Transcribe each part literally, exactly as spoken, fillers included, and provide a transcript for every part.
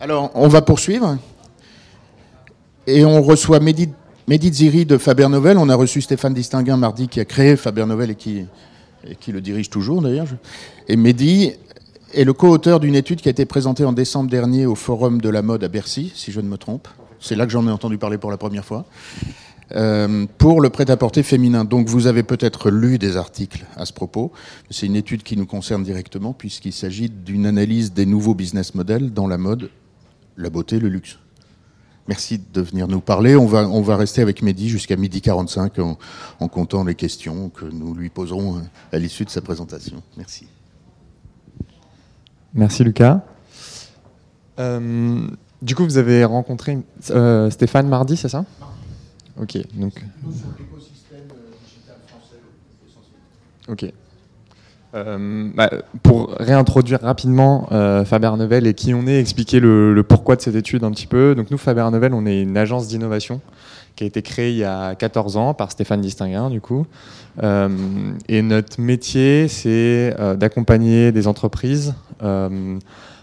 Alors, on va poursuivre. Et on reçoit Mehdi, Mehdi Ziri de Faber Novel. On a reçu Stéphane Distinguin mardi, qui a créé Faber Novel et qui, et qui le dirige toujours, d'ailleurs. Et Mehdi est le co-auteur d'une étude qui a été présentée en décembre dernier au Forum de la mode à Bercy, si je ne me trompe. C'est là que j'en ai entendu parler pour la première fois. Euh, pour le prêt-à-porter féminin. Donc vous avez peut-être lu des articles à ce propos. C'est une étude qui nous concerne directement puisqu'il s'agit d'une analyse des nouveaux business models dans la mode, la beauté, le luxe. Merci de venir nous parler. On va, on va rester avec Mehdi jusqu'à midi quarante-cinq en, en comptant les questions que nous lui poserons à l'issue de sa présentation. Merci. Merci Lucas. Euh, du coup, vous avez rencontré euh, Stéphane mardi, c'est ça ? Ok, donc. Sur l'écosystème digital français, essentiellement. Ok. Euh, bah, pour réintroduire rapidement euh, Faber Novel et qui on est, expliquer le, le pourquoi de cette étude un petit peu. Donc nous, Faber Novel, on est une agence d'innovation qui a été créée il y a quatorze ans par Stéphane Distinguin, du coup. Euh, et notre métier, c'est euh, d'accompagner des entreprises euh,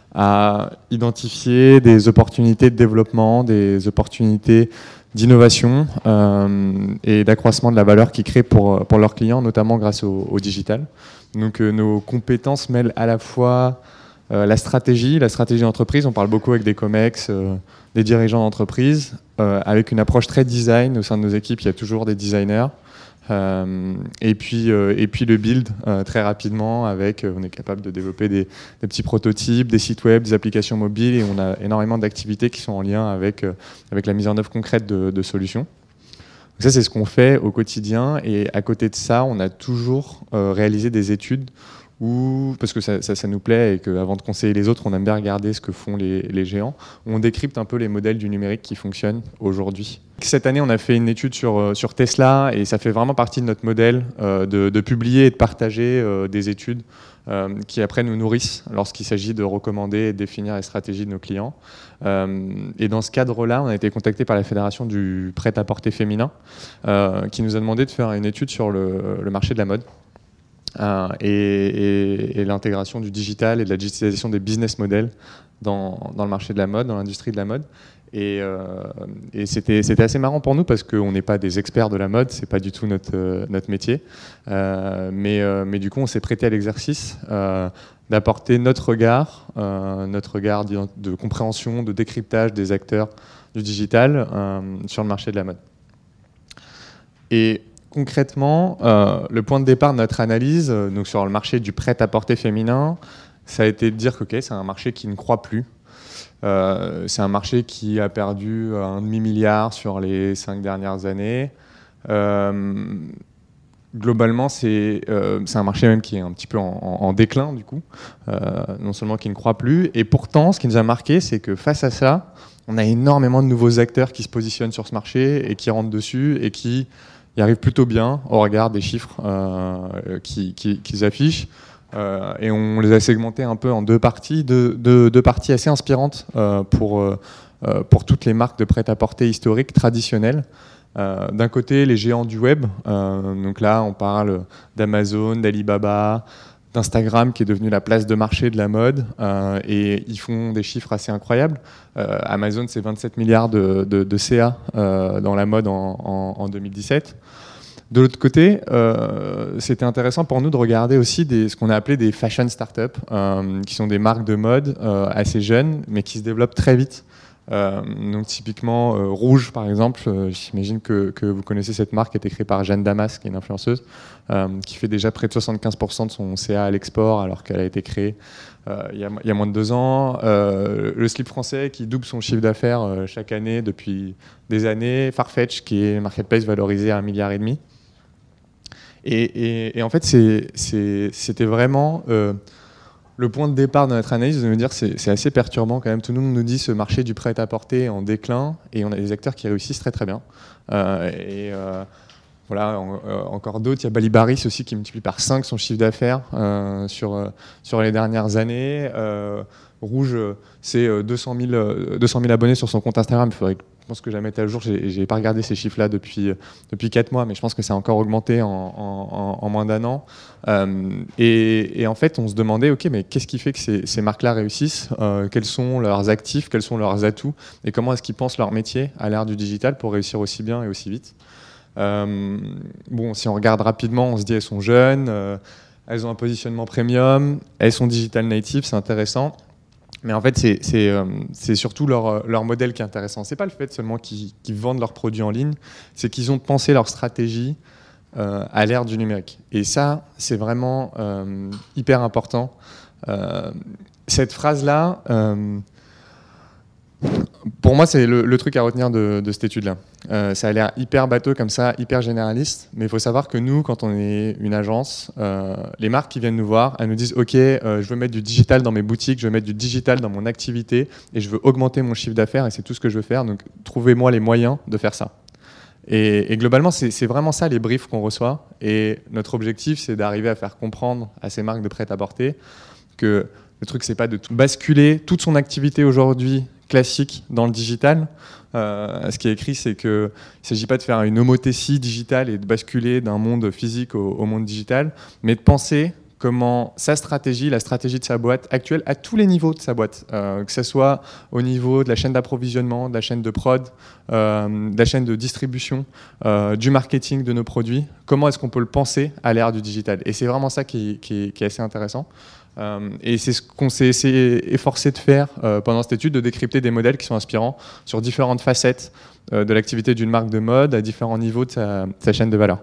à identifier des opportunités de développement, des opportunités d'innovation euh, et d'accroissement de la valeur qu'ils créent pour, pour leurs clients, notamment grâce au, au digital. Donc euh, nos compétences mêlent à la fois euh, la stratégie, la stratégie d'entreprise, on parle beaucoup avec des comex, euh, des dirigeants d'entreprise, euh, avec une approche très design. Au sein de nos équipes, il y a toujours des designers. Euh, et, puis, euh, et puis le build euh, très rapidement avec, euh, on est capable de développer des, des petits prototypes, des sites web, des applications mobiles et on a énormément d'activités qui sont en lien avec, euh, avec la mise en œuvre concrète de, de solutions. Donc ça, c'est ce qu'on fait au quotidien et à côté de ça, on a toujours euh, réalisé des études où, parce que ça, ça, ça nous plaît et qu'avant de conseiller les autres, on aime bien regarder ce que font les, les géants. On décrypte un peu les modèles du numérique qui fonctionnent aujourd'hui. Cette année, on a fait une étude sur, sur Tesla et ça fait vraiment partie de notre modèle euh, de, de publier et de partager euh, des études euh, qui après nous nourrissent lorsqu'il s'agit de recommander et de définir les stratégies de nos clients. Euh, et dans ce cadre-là, on a été contacté par la Fédération du prêt-à-porter féminin euh, qui nous a demandé de faire une étude sur le, le marché de la mode. Euh, et, et, et l'intégration du digital et de la digitalisation des business models dans, dans le marché de la mode, dans l'industrie de la mode. Et, euh, et c'était, c'était assez marrant pour nous parce qu'on n'est pas des experts de la mode, c'est pas du tout notre, euh, notre métier. Euh, mais, euh, mais du coup, on s'est prêté à l'exercice euh, d'apporter notre regard, euh, notre regard de compréhension, de décryptage des acteurs du digital euh, sur le marché de la mode. Et concrètement, euh, le point de départ de notre analyse, euh, donc sur le marché du prêt-à-porter féminin, ça a été de dire que okay, c'est un marché qui ne croît plus. Euh, c'est un marché qui a perdu un demi-milliard sur les cinq dernières années. Euh, globalement, c'est, euh, c'est un marché même qui est un petit peu en, en, en déclin, du coup. Euh, non seulement qui ne croît plus, et pourtant, ce qui nous a marqué, c'est que face à ça, on a énormément de nouveaux acteurs qui se positionnent sur ce marché et qui rentrent dessus et qui y arrivent plutôt bien au regard des chiffres euh, qu'ils qui, qui affichent. Euh, et on les a segmentés un peu en deux parties, deux, deux, deux parties assez inspirantes euh, pour, euh, pour toutes les marques de prêt-à-porter historiques, traditionnelles. Euh, d'un côté, les géants du web. Euh, donc là, on parle d'Amazon, d'Alibaba, d'Instagram qui est devenu la place de marché de la mode euh, et ils font des chiffres assez incroyables. Euh, Amazon, c'est vingt-sept milliards de, de, de C A euh, dans la mode en, en, en deux mille dix-sept. De l'autre côté, euh, c'était intéressant pour nous de regarder aussi des, ce qu'on a appelé des fashion startups, euh, qui sont des marques de mode euh, assez jeunes, mais qui se développent très vite. Euh, donc typiquement euh, Rouge par exemple, euh, j'imagine que, que vous connaissez cette marque qui a été créée par Jeanne Damas, qui est une influenceuse, euh, qui fait déjà près de soixante-quinze pour cent de son C A à l'export alors qu'elle a été créée euh, il, y a, il y a moins de deux ans. Euh, le slip français qui double son chiffre d'affaires euh, chaque année depuis des années. Farfetch qui est une marketplace valorisée à un milliard et demi. Et, et, et en fait c'est, c'est, c'était vraiment euh, le point de départ de notre analyse, de nous dire c'est, c'est assez perturbant quand même. Tout le monde nous dit ce marché du prêt-à-porter est en déclin et on a des acteurs qui réussissent très très bien. Euh, et euh, voilà, en, euh, encore d'autres. Il y a Balibaris aussi qui multiplie par cinq son chiffre d'affaires euh, sur, euh, sur les dernières années. Euh, Rouge, c'est deux cent mille abonnés sur son compte Instagram. Il faudrait pense que j'ai jamais été à jour, j'ai pas regardé ces chiffres-là depuis, depuis quatre mois, mais je pense que ça a encore augmenté en, en, en moins d'un an. Euh, et, et en fait, on se demandait, ok, mais qu'est-ce qui fait que ces, ces marques-là réussissent euh, Quels sont leurs actifs, quels sont leurs atouts, et comment est-ce qu'ils pensent leur métier à l'ère du digital pour réussir aussi bien et aussi vite. Euh, bon, si on regarde rapidement, on se dit elles sont jeunes, euh, elles ont un positionnement premium, elles sont digital native, c'est intéressant. Mais en fait, c'est euh, surtout leur, leur modèle qui est intéressant. C'est pas le fait seulement qu'ils qu'ils vendent leurs produits en ligne, c'est qu'ils ont pensé leur stratégie euh, à l'ère du numérique. Et ça, c'est vraiment euh, hyper important. Euh, cette phrase-là, euh, pour moi, c'est le, le truc à retenir de, de cette étude-là. Euh, ça a l'air hyper bateau comme ça, hyper généraliste, mais il faut savoir que nous, quand on est une agence, euh, les marques qui viennent nous voir, elles nous disent « Ok, euh, je veux mettre du digital dans mes boutiques, je veux mettre du digital dans mon activité et je veux augmenter mon chiffre d'affaires et c'est tout ce que je veux faire, donc trouvez-moi les moyens de faire ça. » Et, et globalement, c'est vraiment ça les briefs qu'on reçoit et notre objectif, c'est d'arriver à faire comprendre à ces marques de prêt-à-porter que le truc, c'est pas de tout basculer toute son activité aujourd'hui classique dans le digital. Euh, ce qui est écrit, c'est qu'il ne s'agit pas de faire une homothétie digitale et de basculer d'un monde physique au, au monde digital, mais de penser comment sa stratégie, la stratégie de sa boîte actuelle, à tous les niveaux de sa boîte, euh, que ce soit au niveau de la chaîne d'approvisionnement, de la chaîne de prod, euh, de la chaîne de distribution, euh, du marketing de nos produits, comment est-ce qu'on peut le penser à l'ère du digital. Et c'est vraiment ça qui, qui, qui est assez intéressant. Euh, et c'est ce qu'on s'est efforcé de faire euh, pendant cette étude, de décrypter des modèles qui sont inspirants sur différentes facettes euh, de l'activité d'une marque de mode à différents niveaux de sa, de sa chaîne de valeur.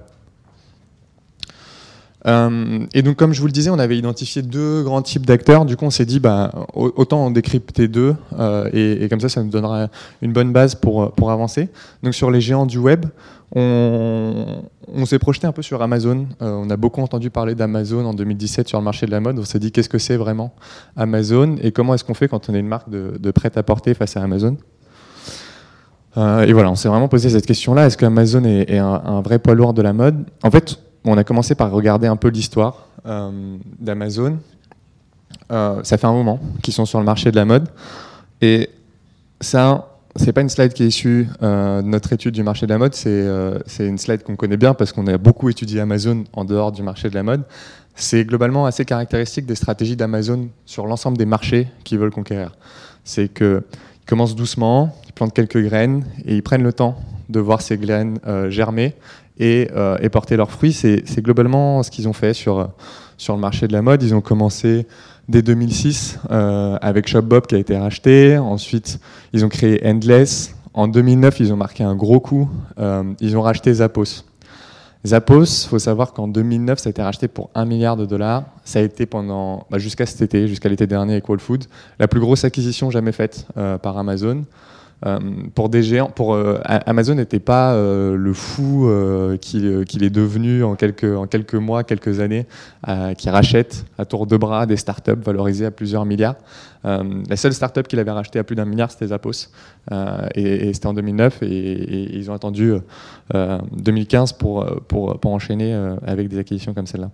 Euh, et donc, comme je vous le disais, on avait identifié deux grands types d'acteurs. Du coup, on s'est dit, bah, autant en décrypter deux, euh, et, et comme ça, ça nous donnera une bonne base pour, pour avancer. Donc, sur les géants du web, on, on s'est projeté un peu sur Amazon. Euh, on a beaucoup entendu parler d'Amazon en deux mille dix-sept sur le marché de la mode. On s'est dit, qu'est-ce que c'est vraiment Amazon et comment est-ce qu'on fait quand on est une marque de, de prêt-à-porter face à Amazon? euh, Et voilà, on s'est vraiment posé cette question-là. Est-ce qu'Amazon est, est un, un vrai poids lourd de la mode? En fait, on a commencé par regarder un peu l'histoire euh, d'Amazon. Euh, ça fait un moment qu'ils sont sur le marché de la mode. Et ça, c'est pas une slide qui est issue euh, de notre étude du marché de la mode, c'est euh, une slide qu'on connaît bien parce qu'on a beaucoup étudié Amazon en dehors du marché de la mode. C'est globalement assez caractéristique des stratégies d'Amazon sur l'ensemble des marchés qu'ils veulent conquérir. C'est qu'ils commencent doucement, ils plantent quelques graines et ils prennent le temps de voir ces graines euh, germer et, euh, et porter leurs fruits. C'est globalement ce qu'ils ont fait sur, sur le marché de la mode. Ils ont commencé dès deux mille six euh, avec Shopbop qui a été racheté. Ensuite, ils ont créé Endless. En deux mille neuf, ils ont marqué un gros coup. Euh, ils ont racheté Zappos. Zappos, il faut savoir qu'en deux mille neuf, ça a été racheté pour un milliard de dollars. Ça a été pendant, bah, jusqu'à cet été, jusqu'à l'été dernier avec Whole Foods, la plus grosse acquisition jamais faite euh, par Amazon. Euh, pour des géants, pour euh, Amazon n'était pas euh, le fou euh, qu'il qu'il est devenu en quelques, en quelques mois, quelques années, euh, qui rachète à tour de bras des startups valorisées à plusieurs milliards. Euh, la seule startup qu'il avait rachetée à plus d'un milliard, c'était Zappos, euh, et, et c'était en deux mille neuf, et, et, et ils ont attendu euh, deux mille quinze pour, pour, pour enchaîner euh, avec des acquisitions comme celle-là.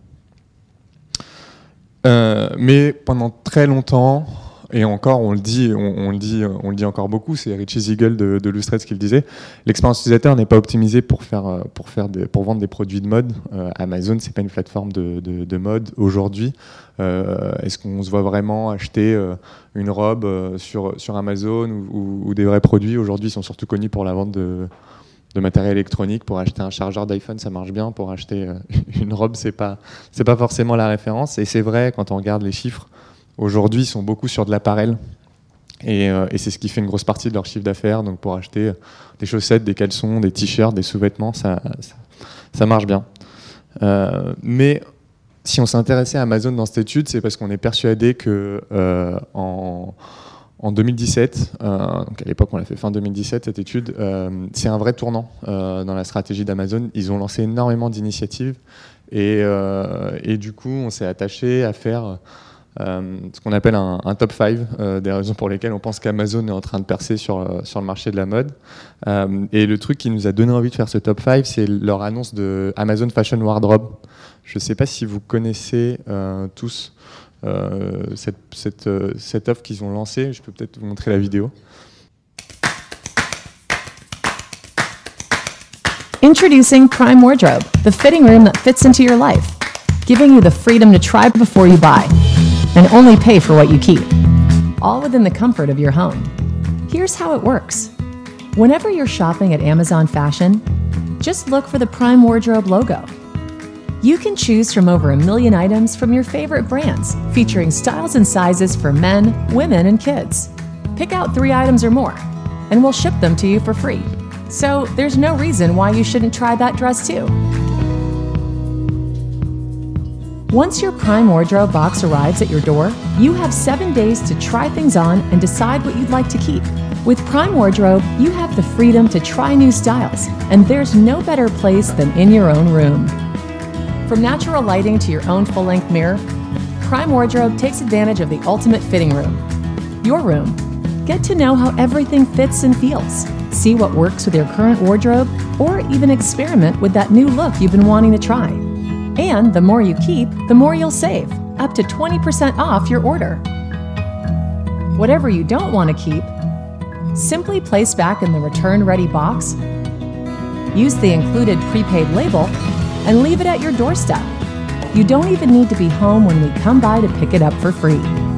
Euh, mais pendant très longtemps, et encore, on le dit, on, on le dit, on le dit encore beaucoup. C'est Richie Ziegel de, de Lustrate qui le disait. L'expérience utilisateur n'est pas optimisée pour faire, pour faire, des, pour vendre des produits de mode. Euh, Amazon, c'est pas une plateforme de, de, de mode aujourd'hui. Euh, Est-ce qu'on se voit vraiment acheter euh, une robe euh, sur sur Amazon ou, ou, ou des vrais produits? Aujourd'hui, ils sont surtout connus pour la vente de de matériel électronique. Pour acheter un chargeur d'iPhone, ça marche bien. Pour acheter euh, une robe, c'est pas c'est pas forcément la référence. Et c'est vrai quand on regarde les chiffres. Aujourd'hui, ils sont beaucoup sur de l'appareil et, euh, et c'est ce qui fait une grosse partie de leur chiffre d'affaires. Donc pour acheter des chaussettes, des caleçons, des t-shirts, des sous-vêtements, ça, ça, ça marche bien. Euh, mais si on s'est intéressé à Amazon dans cette étude, c'est parce qu'on est persuadé que euh, en, en deux mille dix-sept, euh, donc à l'époque on l'a fait fin deux mille dix-sept, cette étude, euh, c'est un vrai tournant euh, dans la stratégie d'Amazon. Ils ont lancé énormément d'initiatives et, euh, et du coup on s'est attaché à faire Euh, ce qu'on appelle un, un top cinq, euh, des raisons pour lesquelles on pense qu'Amazon est en train de percer sur, euh, sur le marché de la mode. Euh, et le truc qui nous a donné envie de faire ce top cinq, c'est leur annonce de Amazon Fashion Wardrobe. Je ne sais pas si vous connaissez euh, tous euh, cette, cette, euh, cette offre qu'ils ont lancée. Je peux peut-être vous montrer la vidéo. Introducing Prime Wardrobe, the fitting room that fits into your life, giving you the freedom to try before you buy and only pay for what you keep, all within the comfort of your home. Here's how it works. Whenever you're shopping at Amazon Fashion, just look for the Prime Wardrobe logo. You can choose from over a million items from your favorite brands, featuring styles and sizes for men, women, and kids. Pick out three items or more, and we'll ship them to you for free. So there's no reason why you shouldn't try that dress too. Once your Prime Wardrobe box arrives at your door, you have seven days to try things on and decide what you'd like to keep. With Prime Wardrobe, you have the freedom to try new styles, and there's no better place than in your own room. From natural lighting to your own full-length mirror, Prime Wardrobe takes advantage of the ultimate fitting room. Your room. Get to know how everything fits and feels. See what works with your current wardrobe, or even experiment with that new look you've been wanting to try. And the more you keep, the more you'll save, up to twenty percent off your order. Whatever you don't want to keep, simply place back in the return-ready box, use the included prepaid label, and leave it at your doorstep. You don't even need to be home when we come by to pick it up for free.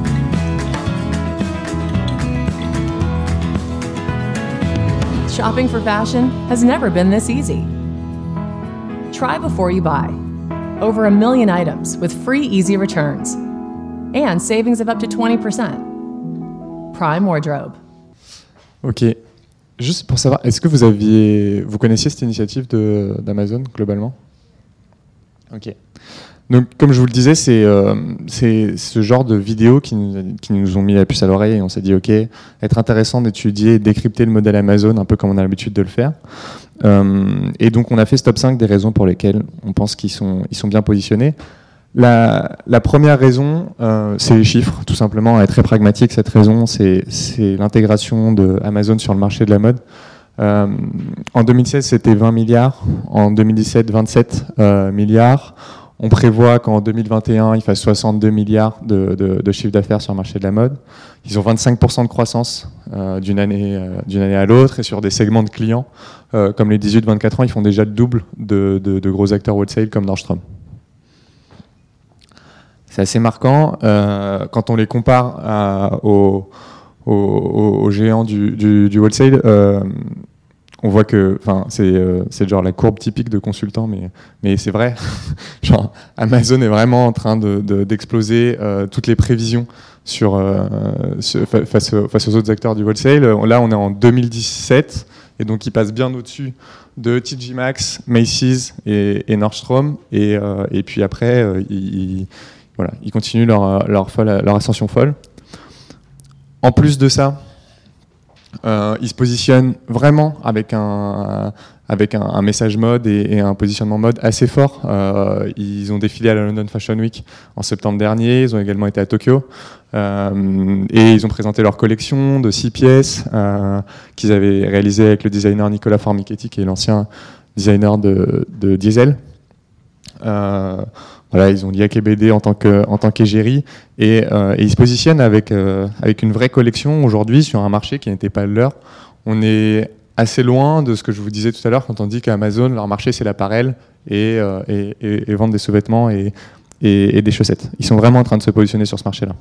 Shopping for fashion has never been this easy. Try before you buy. Over a million items with free easy returns. And savings of up to twenty percent. Prime Wardrobe. Ok. Juste pour savoir, est-ce que vous aviez, vous connaissiez cette initiative de, d'Amazon globalement? Ok. Donc, comme je vous le disais, c'est euh, c'est ce genre de vidéos qui nous, qui nous ont mis la puce à l'oreille et on s'est dit, ok, être intéressant d'étudier et décrypter le modèle Amazon, un peu comme on a l'habitude de le faire. Euh, et donc, on a fait ce top cinq des raisons pour lesquelles on pense qu'ils sont, ils sont bien positionnés. La, la première raison, euh, c'est les chiffres, tout simplement. Elle est très pragmatique, cette raison, c'est c'est l'intégration de Amazon sur le marché de la mode. Euh, en deux mille seize, c'était vingt milliards. En deux mille dix-sept, vingt-sept euh, milliards. On prévoit qu'en deux mille vingt et un, ils fassent soixante-deux milliards de, de, de chiffre d'affaires sur le marché de la mode. Ils ont vingt-cinq pour cent de croissance euh, d'une année, euh, d'une année à l'autre. Et sur des segments de clients, euh, comme les dix-huit vingt-quatre ans, ils font déjà le double de, de, de gros acteurs wholesale comme Nordstrom. C'est assez marquant. Euh, quand on les compare à, aux, aux, aux géants du, du, du wholesale, euh, on voit que, enfin, c'est, euh, c'est genre la courbe typique de consultant, mais, mais c'est vrai. Genre, Amazon est vraiment en train de, de, d'exploser euh, toutes les prévisions sur, euh, sur, face, face aux autres acteurs du wholesale. Là, on est en deux mille dix-sept, et donc ils passent bien au-dessus de T J Maxx, Macy's et, et Nordstrom. Et, euh, et puis après, euh, ils, ils, voilà, ils continuent leur, leur, folle, leur ascension folle. En plus de ça, Euh, ils se positionnent vraiment avec un, avec un, un message mode et, et un positionnement mode assez fort. Euh, ils ont défilé à la London Fashion Week en septembre dernier, ils ont également été à Tokyo euh, et ils ont présenté leur collection de six pièces euh, qu'ils avaient réalisées avec le designer Nicolas Formichetti, qui est l'ancien designer de, de Diesel. Euh, Voilà, ils ont l'I A K B D en tant que en tant qu'égérie et, euh, et ils se positionnent avec euh, avec une vraie collection aujourd'hui sur un marché qui n'était pas le leur. On est assez loin de ce que je vous disais tout à l'heure quand on dit qu'Amazon, leur marché, c'est l'apparel et, euh, et, et, et vendre des sous-vêtements et, et, et des chaussettes. Ils sont vraiment en train de se positionner sur ce marché-là.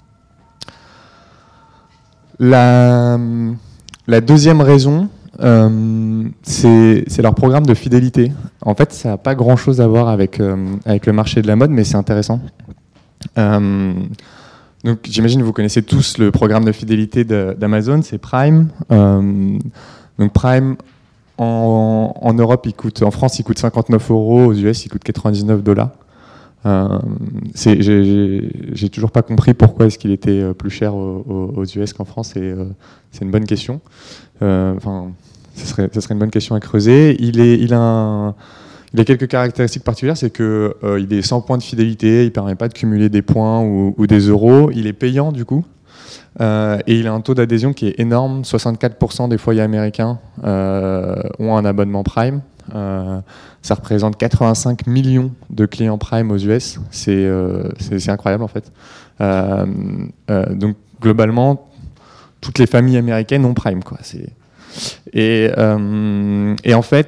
La, la deuxième raison, Euh, c'est, c'est leur programme de fidélité. En fait, ça n'a pas grand-chose à voir avec, euh, avec le marché de la mode, mais c'est intéressant. Euh, donc, j'imagine que vous connaissez tous le programme de fidélité de, d'Amazon, c'est Prime. Euh, donc Prime, en, en Europe, il coûte, en France, il coûte cinquante-neuf euros, aux U S, il coûte quatre-vingt-dix-neuf dollars. Euh, c'est, j'ai, j'ai, j'ai toujours pas compris pourquoi est-ce qu'il était plus cher aux, aux U S qu'en France, et euh, c'est une bonne question. Euh, enfin, ce serait, ce serait une bonne question à creuser. Il, est, il, a, un, il a quelques caractéristiques particulières, c'est qu'il euh, est sans points de fidélité, il ne permet pas de cumuler des points ou, ou des euros, il est payant du coup, euh, et il a un taux d'adhésion qui est énorme. soixante-quatre pour cent des foyers américains euh, ont un abonnement Prime. Euh, ça représente quatre-vingt-cinq millions de clients Prime aux U S, c'est, euh, c'est, c'est incroyable en fait. Euh, euh, donc globalement, toutes les familles américaines ont Prime, quoi. C'est... Et, euh, et en fait,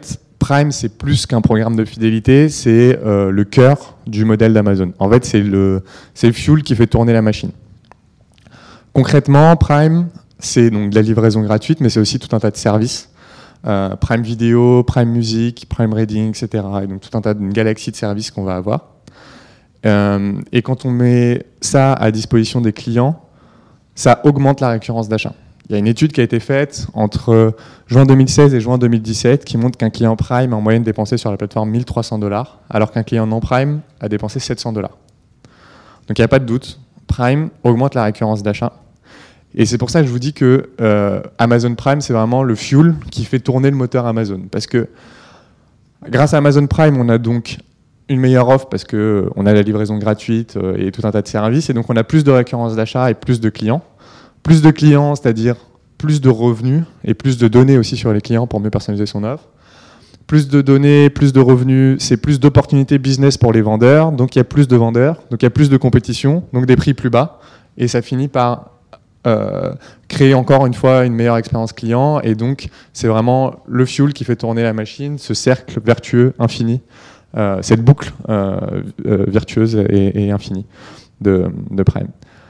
Prime, c'est plus qu'un programme de fidélité, c'est euh, le cœur du modèle d'Amazon. En fait, c'est le, c'est le fuel qui fait tourner la machine. Concrètement, Prime, c'est donc de la livraison gratuite, mais c'est aussi tout un tas de services. Euh, Prime Vidéo, Prime Music, Prime Reading, et cetera. Et donc tout un tas d'une galaxie de services qu'on va avoir. Euh, et quand on met ça à disposition des clients, ça augmente la récurrence d'achat. Il y a une étude qui a été faite entre juin deux mille seize et juin deux mille dix-sept qui montre qu'un client Prime a en moyenne dépensé sur la plateforme mille trois cents dollars, alors qu'un client non Prime a dépensé sept cents dollars. Donc il n'y a pas de doute, Prime augmente la récurrence d'achat. Et c'est pour ça que je vous dis que euh, Amazon Prime, c'est vraiment le fuel qui fait tourner le moteur Amazon. Parce que grâce à Amazon Prime, on a donc une meilleure offre parce qu'on a la livraison gratuite euh, et tout un tas de services. Et donc on a plus de récurrence d'achat et plus de clients. Plus de clients, c'est-à-dire plus de revenus et plus de données aussi sur les clients pour mieux personnaliser son offre. Plus de données, plus de revenus, c'est plus d'opportunités business pour les vendeurs. Donc il y a plus de vendeurs, donc il y a plus de compétition, donc des prix plus bas. Et ça finit par Euh, créer encore une fois une meilleure expérience client, et donc c'est vraiment le fuel qui fait tourner la machine, ce cercle vertueux infini, euh, cette boucle euh, euh, vertueuse et, et infinie de, de Prime.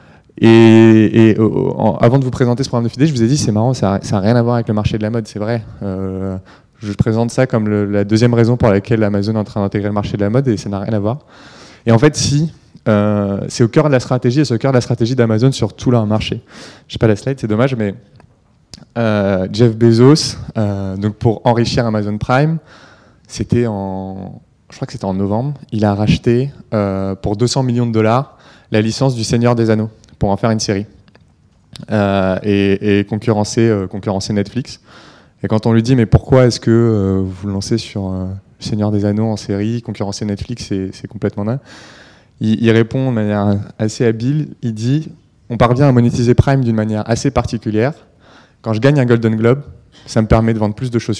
Et, et euh, en, avant de vous présenter ce programme de fidélité, je vous ai dit c'est marrant, ça n'a rien à voir avec le marché de la mode, c'est vrai. Euh, je présente ça comme le, la deuxième raison pour laquelle Amazon est en train d'intégrer le marché de la mode, et ça n'a rien à voir. Et en fait, si Euh, c'est au cœur de la stratégie, et c'est au cœur de la stratégie d'Amazon sur tout leur marché. Je n'ai pas la slide, c'est dommage, mais euh, Jeff Bezos, euh, donc pour enrichir Amazon Prime, c'était en, je crois que c'était en novembre, il a racheté euh, pour deux cents millions de dollars la licence du Seigneur des Anneaux pour en faire une série euh, et, et concurrencer, euh, concurrencer Netflix. Et quand on lui dit mais pourquoi est-ce que euh, vous lancez sur euh, le Seigneur des Anneaux en série, concurrencer Netflix, c'est, c'est complètement dingue. Il, il répond de manière assez habile, il dit « On parvient à monétiser Prime d'une manière assez particulière. Quand je gagne un Golden Globe, ça me permet de vendre plus de chaussures. »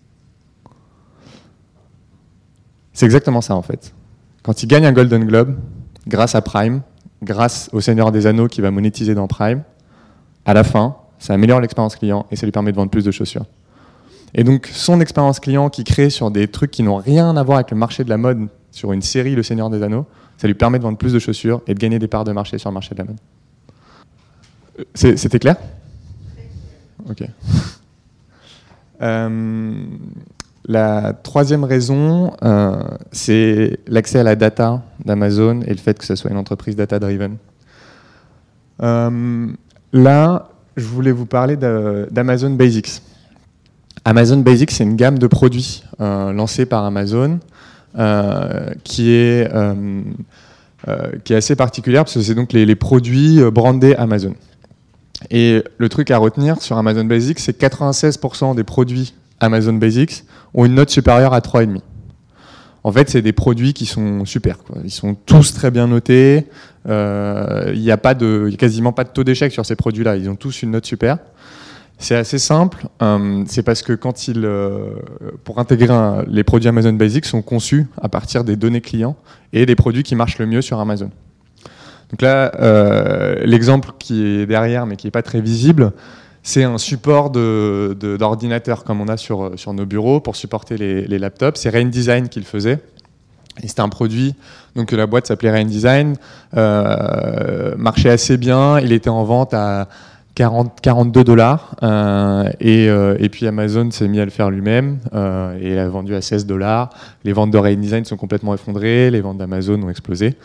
C'est exactement ça en fait. Quand il gagne un Golden Globe, grâce à Prime, grâce au Seigneur des Anneaux qui va monétiser dans Prime, à la fin, ça améliore l'expérience client et ça lui permet de vendre plus de chaussures. Et donc son expérience client qui crée sur des trucs qui n'ont rien à voir avec le marché de la mode, sur une série Le Seigneur des Anneaux, ça lui permet de vendre plus de chaussures et de gagner des parts de marché sur le marché de la mode. C'est, c'était clair ? Ok. Euh, la troisième raison, euh, c'est l'accès à la data d'Amazon et le fait que ce soit une entreprise data-driven. Euh, là, je voulais vous parler de, d'Amazon Basics. Amazon Basics, c'est une gamme de produits euh, lancée par Amazon, Euh, qui, est, euh, euh, qui est assez particulière parce que c'est donc les, les produits brandés Amazon. Et le truc à retenir sur Amazon Basics, c'est que quatre-vingt-seize pour cent des produits Amazon Basics ont une note supérieure à trois virgule cinq. En fait, c'est des produits qui sont super, quoi. Ils sont tous très bien notés. Euh, il n'y a, pas de, il y a quasiment pas de taux d'échec sur ces produits-là. Ils ont tous une note super. C'est assez simple, euh, c'est parce que quand il, euh, pour intégrer un, les produits Amazon Basics sont conçus à partir des données clients et des produits qui marchent le mieux sur Amazon. Donc là, euh, l'exemple qui est derrière mais qui n'est pas très visible, c'est un support de, de, d'ordinateur comme on a sur, sur nos bureaux pour supporter les, les laptops. C'est Rain Design qui le faisait. Et c'était un produit, donc la boîte s'appelait Rain Design, euh, marchait assez bien, il était en vente à quarante, quarante-deux dollars euh, et, euh, et puis Amazon s'est mis à le faire lui-même euh, et a vendu à seize dollars. Les ventes de Rain Design sont complètement effondrées, les ventes d'Amazon ont explosé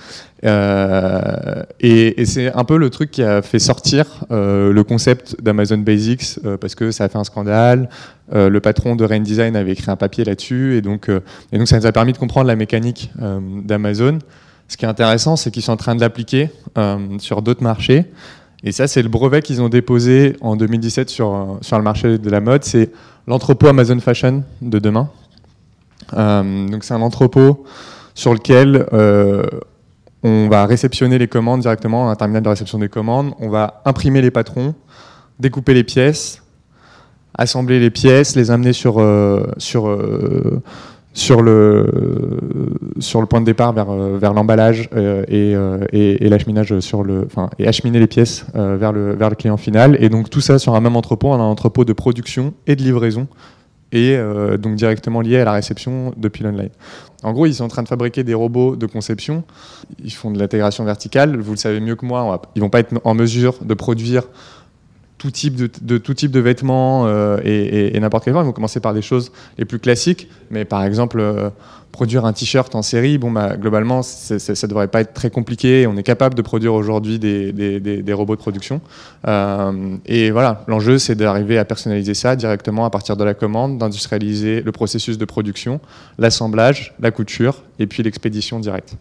euh, et, et c'est un peu le truc qui a fait sortir euh, le concept d'Amazon Basics euh, parce que ça a fait un scandale. Euh, le patron de Rain Design avait écrit un papier là-dessus et donc, euh, et donc ça nous a permis de comprendre la mécanique euh, d'Amazon. Ce qui est intéressant, c'est qu'ils sont en train de l'appliquer euh, sur d'autres marchés. Et ça, c'est le brevet qu'ils ont déposé en deux mille dix-sept sur, sur le marché de la mode. C'est l'entrepôt Amazon Fashion de demain. Euh, donc c'est un entrepôt sur lequel euh, on va réceptionner les commandes directement, un terminal de réception des commandes. On va imprimer les patrons, découper les pièces, assembler les pièces, les amener sur, euh, sur, euh, sur, le, sur le point de départ vers, vers l'emballage euh, et, euh, et, et l'acheminage sur le, enfin, et acheminer les pièces euh, vers, le, vers le client final. Et donc tout ça sur un même entrepôt, on a un entrepôt de production et de livraison et euh, donc directement lié à la réception de pile online. En gros, ils sont en train de fabriquer des robots de conception. Ils font de l'intégration verticale. Vous le savez mieux que moi, ils ne vont pas être en mesure de produire tout type de, de, tout type de vêtements euh, et, et, et n'importe quel genre. Ils vont commencer par des choses les plus classiques, mais par exemple, euh, produire un t-shirt en série, bon, bah, globalement, c'est, c'est, ça ne devrait pas être très compliqué. On est capable de produire aujourd'hui des, des, des, des robots de production. Euh, et voilà, l'enjeu, c'est d'arriver à personnaliser ça directement à partir de la commande, d'industrialiser le processus de production, l'assemblage, la couture et puis l'expédition directe.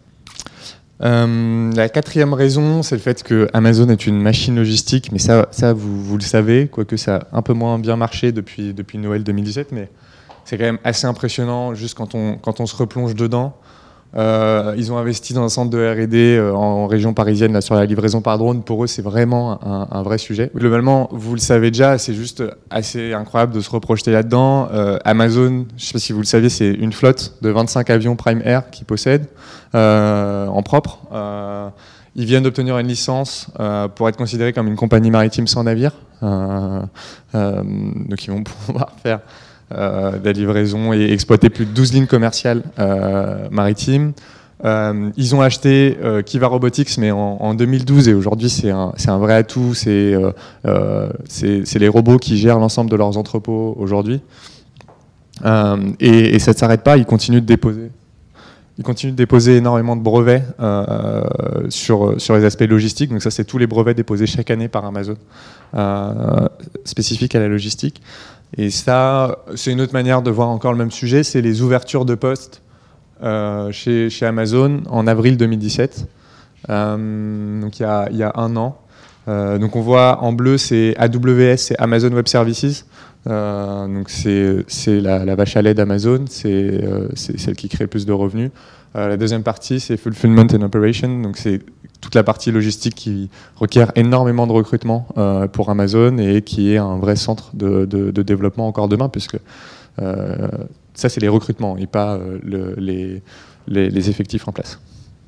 Euh, la quatrième raison, c'est le fait que Amazon est une machine logistique, mais ça, ça vous, vous le savez, quoique ça a un peu moins bien marché depuis, depuis Noël deux mille dix-sept, mais c'est quand même assez impressionnant juste quand on, quand on se replonge dedans. Euh, ils ont investi dans un centre de R et D euh, en région parisienne là, sur la livraison par drone. Pour eux, c'est vraiment un, un vrai sujet. Globalement, vous le savez déjà, c'est juste assez incroyable de se reprojeter là-dedans. Euh, Amazon, je ne sais pas si vous le savez, c'est une flotte de vingt-cinq avions Prime Air qu'ils possèdent euh, en propre. Euh, ils viennent d'obtenir une licence euh, pour être considérés comme une compagnie maritime sans navire. Euh, euh, donc ils vont pouvoir faire Euh, de la livraison et exploiter plus de douze lignes commerciales euh, maritimes. Euh, ils ont acheté euh, Kiva Robotics, mais en, en deux mille douze, et aujourd'hui c'est un, c'est un vrai atout. C'est, euh, euh, c'est, c'est les robots qui gèrent l'ensemble de leurs entrepôts aujourd'hui. Euh, et, et ça ne s'arrête pas, ils continuent de déposer. Ils continuent de déposer énormément de brevets euh, sur, sur les aspects logistiques. Donc ça, c'est tous les brevets déposés chaque année par Amazon, euh, spécifiques à la logistique. Et ça, c'est une autre manière de voir encore le même sujet, c'est les ouvertures de postes euh, chez, chez Amazon en avril deux mille dix-sept, euh, donc il y a, il y a un an. Euh, donc on voit en bleu, c'est A W S, c'est Amazon Web Services. Euh, donc c'est, c'est la, la vache à lait d'Amazon, c'est, euh, c'est celle qui crée le plus de revenus. Euh, la deuxième partie, c'est Fulfillment and Operation, donc c'est toute la partie logistique qui requiert énormément de recrutement euh, pour Amazon et qui est un vrai centre de, de, de développement encore demain, puisque euh, ça, c'est les recrutements et pas euh, le, les, les, les effectifs en place.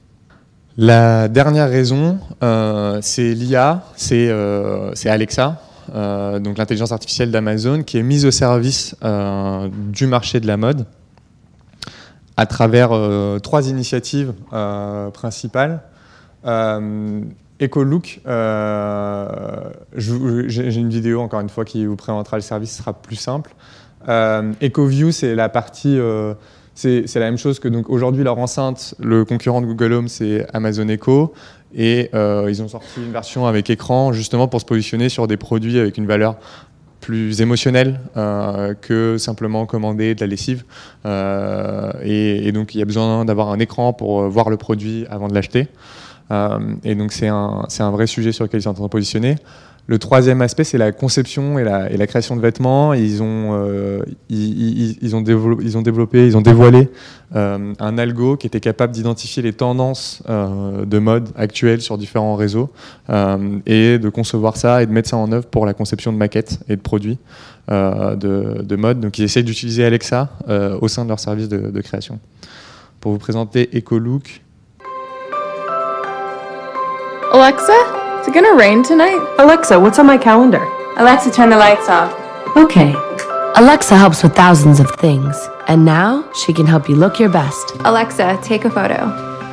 La dernière raison, euh, c'est l'I A, c'est, euh, c'est Alexa, euh, donc l'intelligence artificielle d'Amazon, qui est mise au service euh, du marché de la mode à travers euh, trois initiatives euh, principales. Euh, EcoLook, euh, je, j'ai une vidéo encore une fois qui vous présentera le service, ce sera plus simple. Euh, EcoView, c'est la partie, euh, c'est, c'est la même chose que donc aujourd'hui leur enceinte, le concurrent de Google Home, c'est Amazon Echo, et euh, ils ont sorti une version avec écran justement pour se positionner sur des produits avec une valeur plus émotionnel euh, que simplement commander de la lessive. Euh, et, et donc, il y a besoin d'avoir un écran pour voir le produit avant de l'acheter. Euh, et donc, c'est un, c'est un vrai sujet sur lequel ils sont en train de positionner. Le troisième aspect, c'est la conception et la, et la création de vêtements. Ils ont, euh, ils, ils, ils, ont développé, ils ont développé, ils ont dévoilé euh, un algo qui était capable d'identifier les tendances euh, de mode actuelles sur différents réseaux euh, et de concevoir ça et de mettre ça en œuvre pour la conception de maquettes et de produits euh, de, de mode. Donc, ils essayent d'utiliser Alexa euh, au sein de leur service de, de création. Pour vous présenter EcoLook. Alexa? Is it gonna rain tonight? Alexa, what's on my calendar? Alexa, turn the lights off. Okay. Alexa helps with thousands of things, and now she can help you look your best. Alexa, take a photo.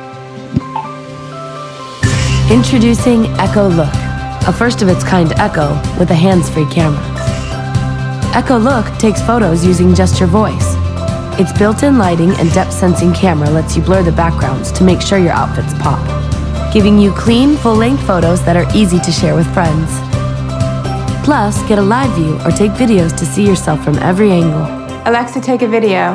Introducing Echo Look, a first-of-its-kind Echo with a hands-free camera. Echo Look takes photos using just your voice. Its built-in lighting and depth-sensing camera lets you blur the backgrounds to make sure your outfits pop, giving you clean, full-length photos that are easy to share with friends. Plus, get a live view or take videos to see yourself from every angle. Alexa, take a video.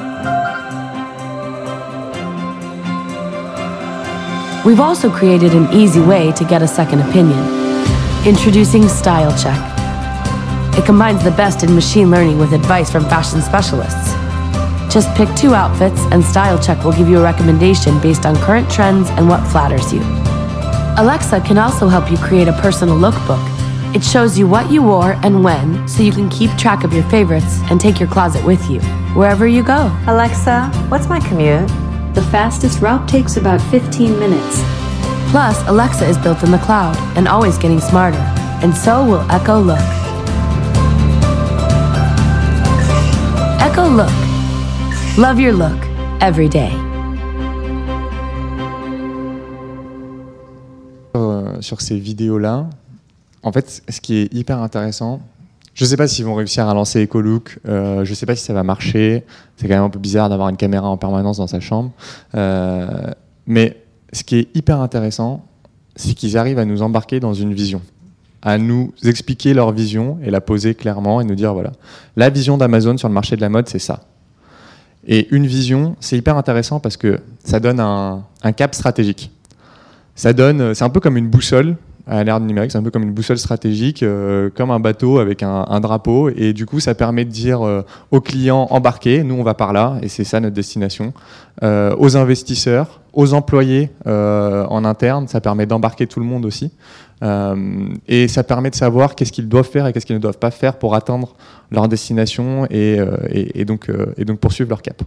We've also created an easy way to get a second opinion. Introducing Style Check. It combines the best in machine learning with advice from fashion specialists. Just pick two outfits and Style Check will give you a recommendation based on current trends and what flatters you. Alexa can also help you create a personal lookbook. It shows you what you wore and when, so you can keep track of your favorites and take your closet with you, wherever you go. Alexa, what's my commute? The fastest route takes about fifteen minutes. Plus, Alexa is built in the cloud and always getting smarter, and so will Echo Look. Echo Look. Love your look every day. Euh, sur ces vidéos-là, en fait, ce qui est hyper intéressant, je ne sais pas s'ils vont réussir à lancer Echo Look, euh, je ne sais pas si ça va marcher, c'est quand même un peu bizarre d'avoir une caméra en permanence dans sa chambre, euh, mais ce qui est hyper intéressant, c'est qu'ils arrivent à nous embarquer dans une vision, à nous expliquer leur vision et la poser clairement et nous dire, voilà, la vision d'Amazon sur le marché de la mode, c'est ça. Et une vision, c'est hyper intéressant parce que ça donne un, un cap stratégique. Ça donne, c'est un peu comme une boussole à l'ère du numérique, c'est un peu comme une boussole stratégique, euh, comme un bateau avec un, un drapeau, et du coup ça permet de dire euh, aux clients embarqués, nous on va par là, et c'est ça notre destination, euh, aux investisseurs, aux employés euh, en interne, ça permet d'embarquer tout le monde aussi, euh, et ça permet de savoir qu'est-ce qu'ils doivent faire et qu'est-ce qu'ils ne doivent pas faire pour atteindre leur destination et, euh, et, et, donc, euh, et donc poursuivre leur cap.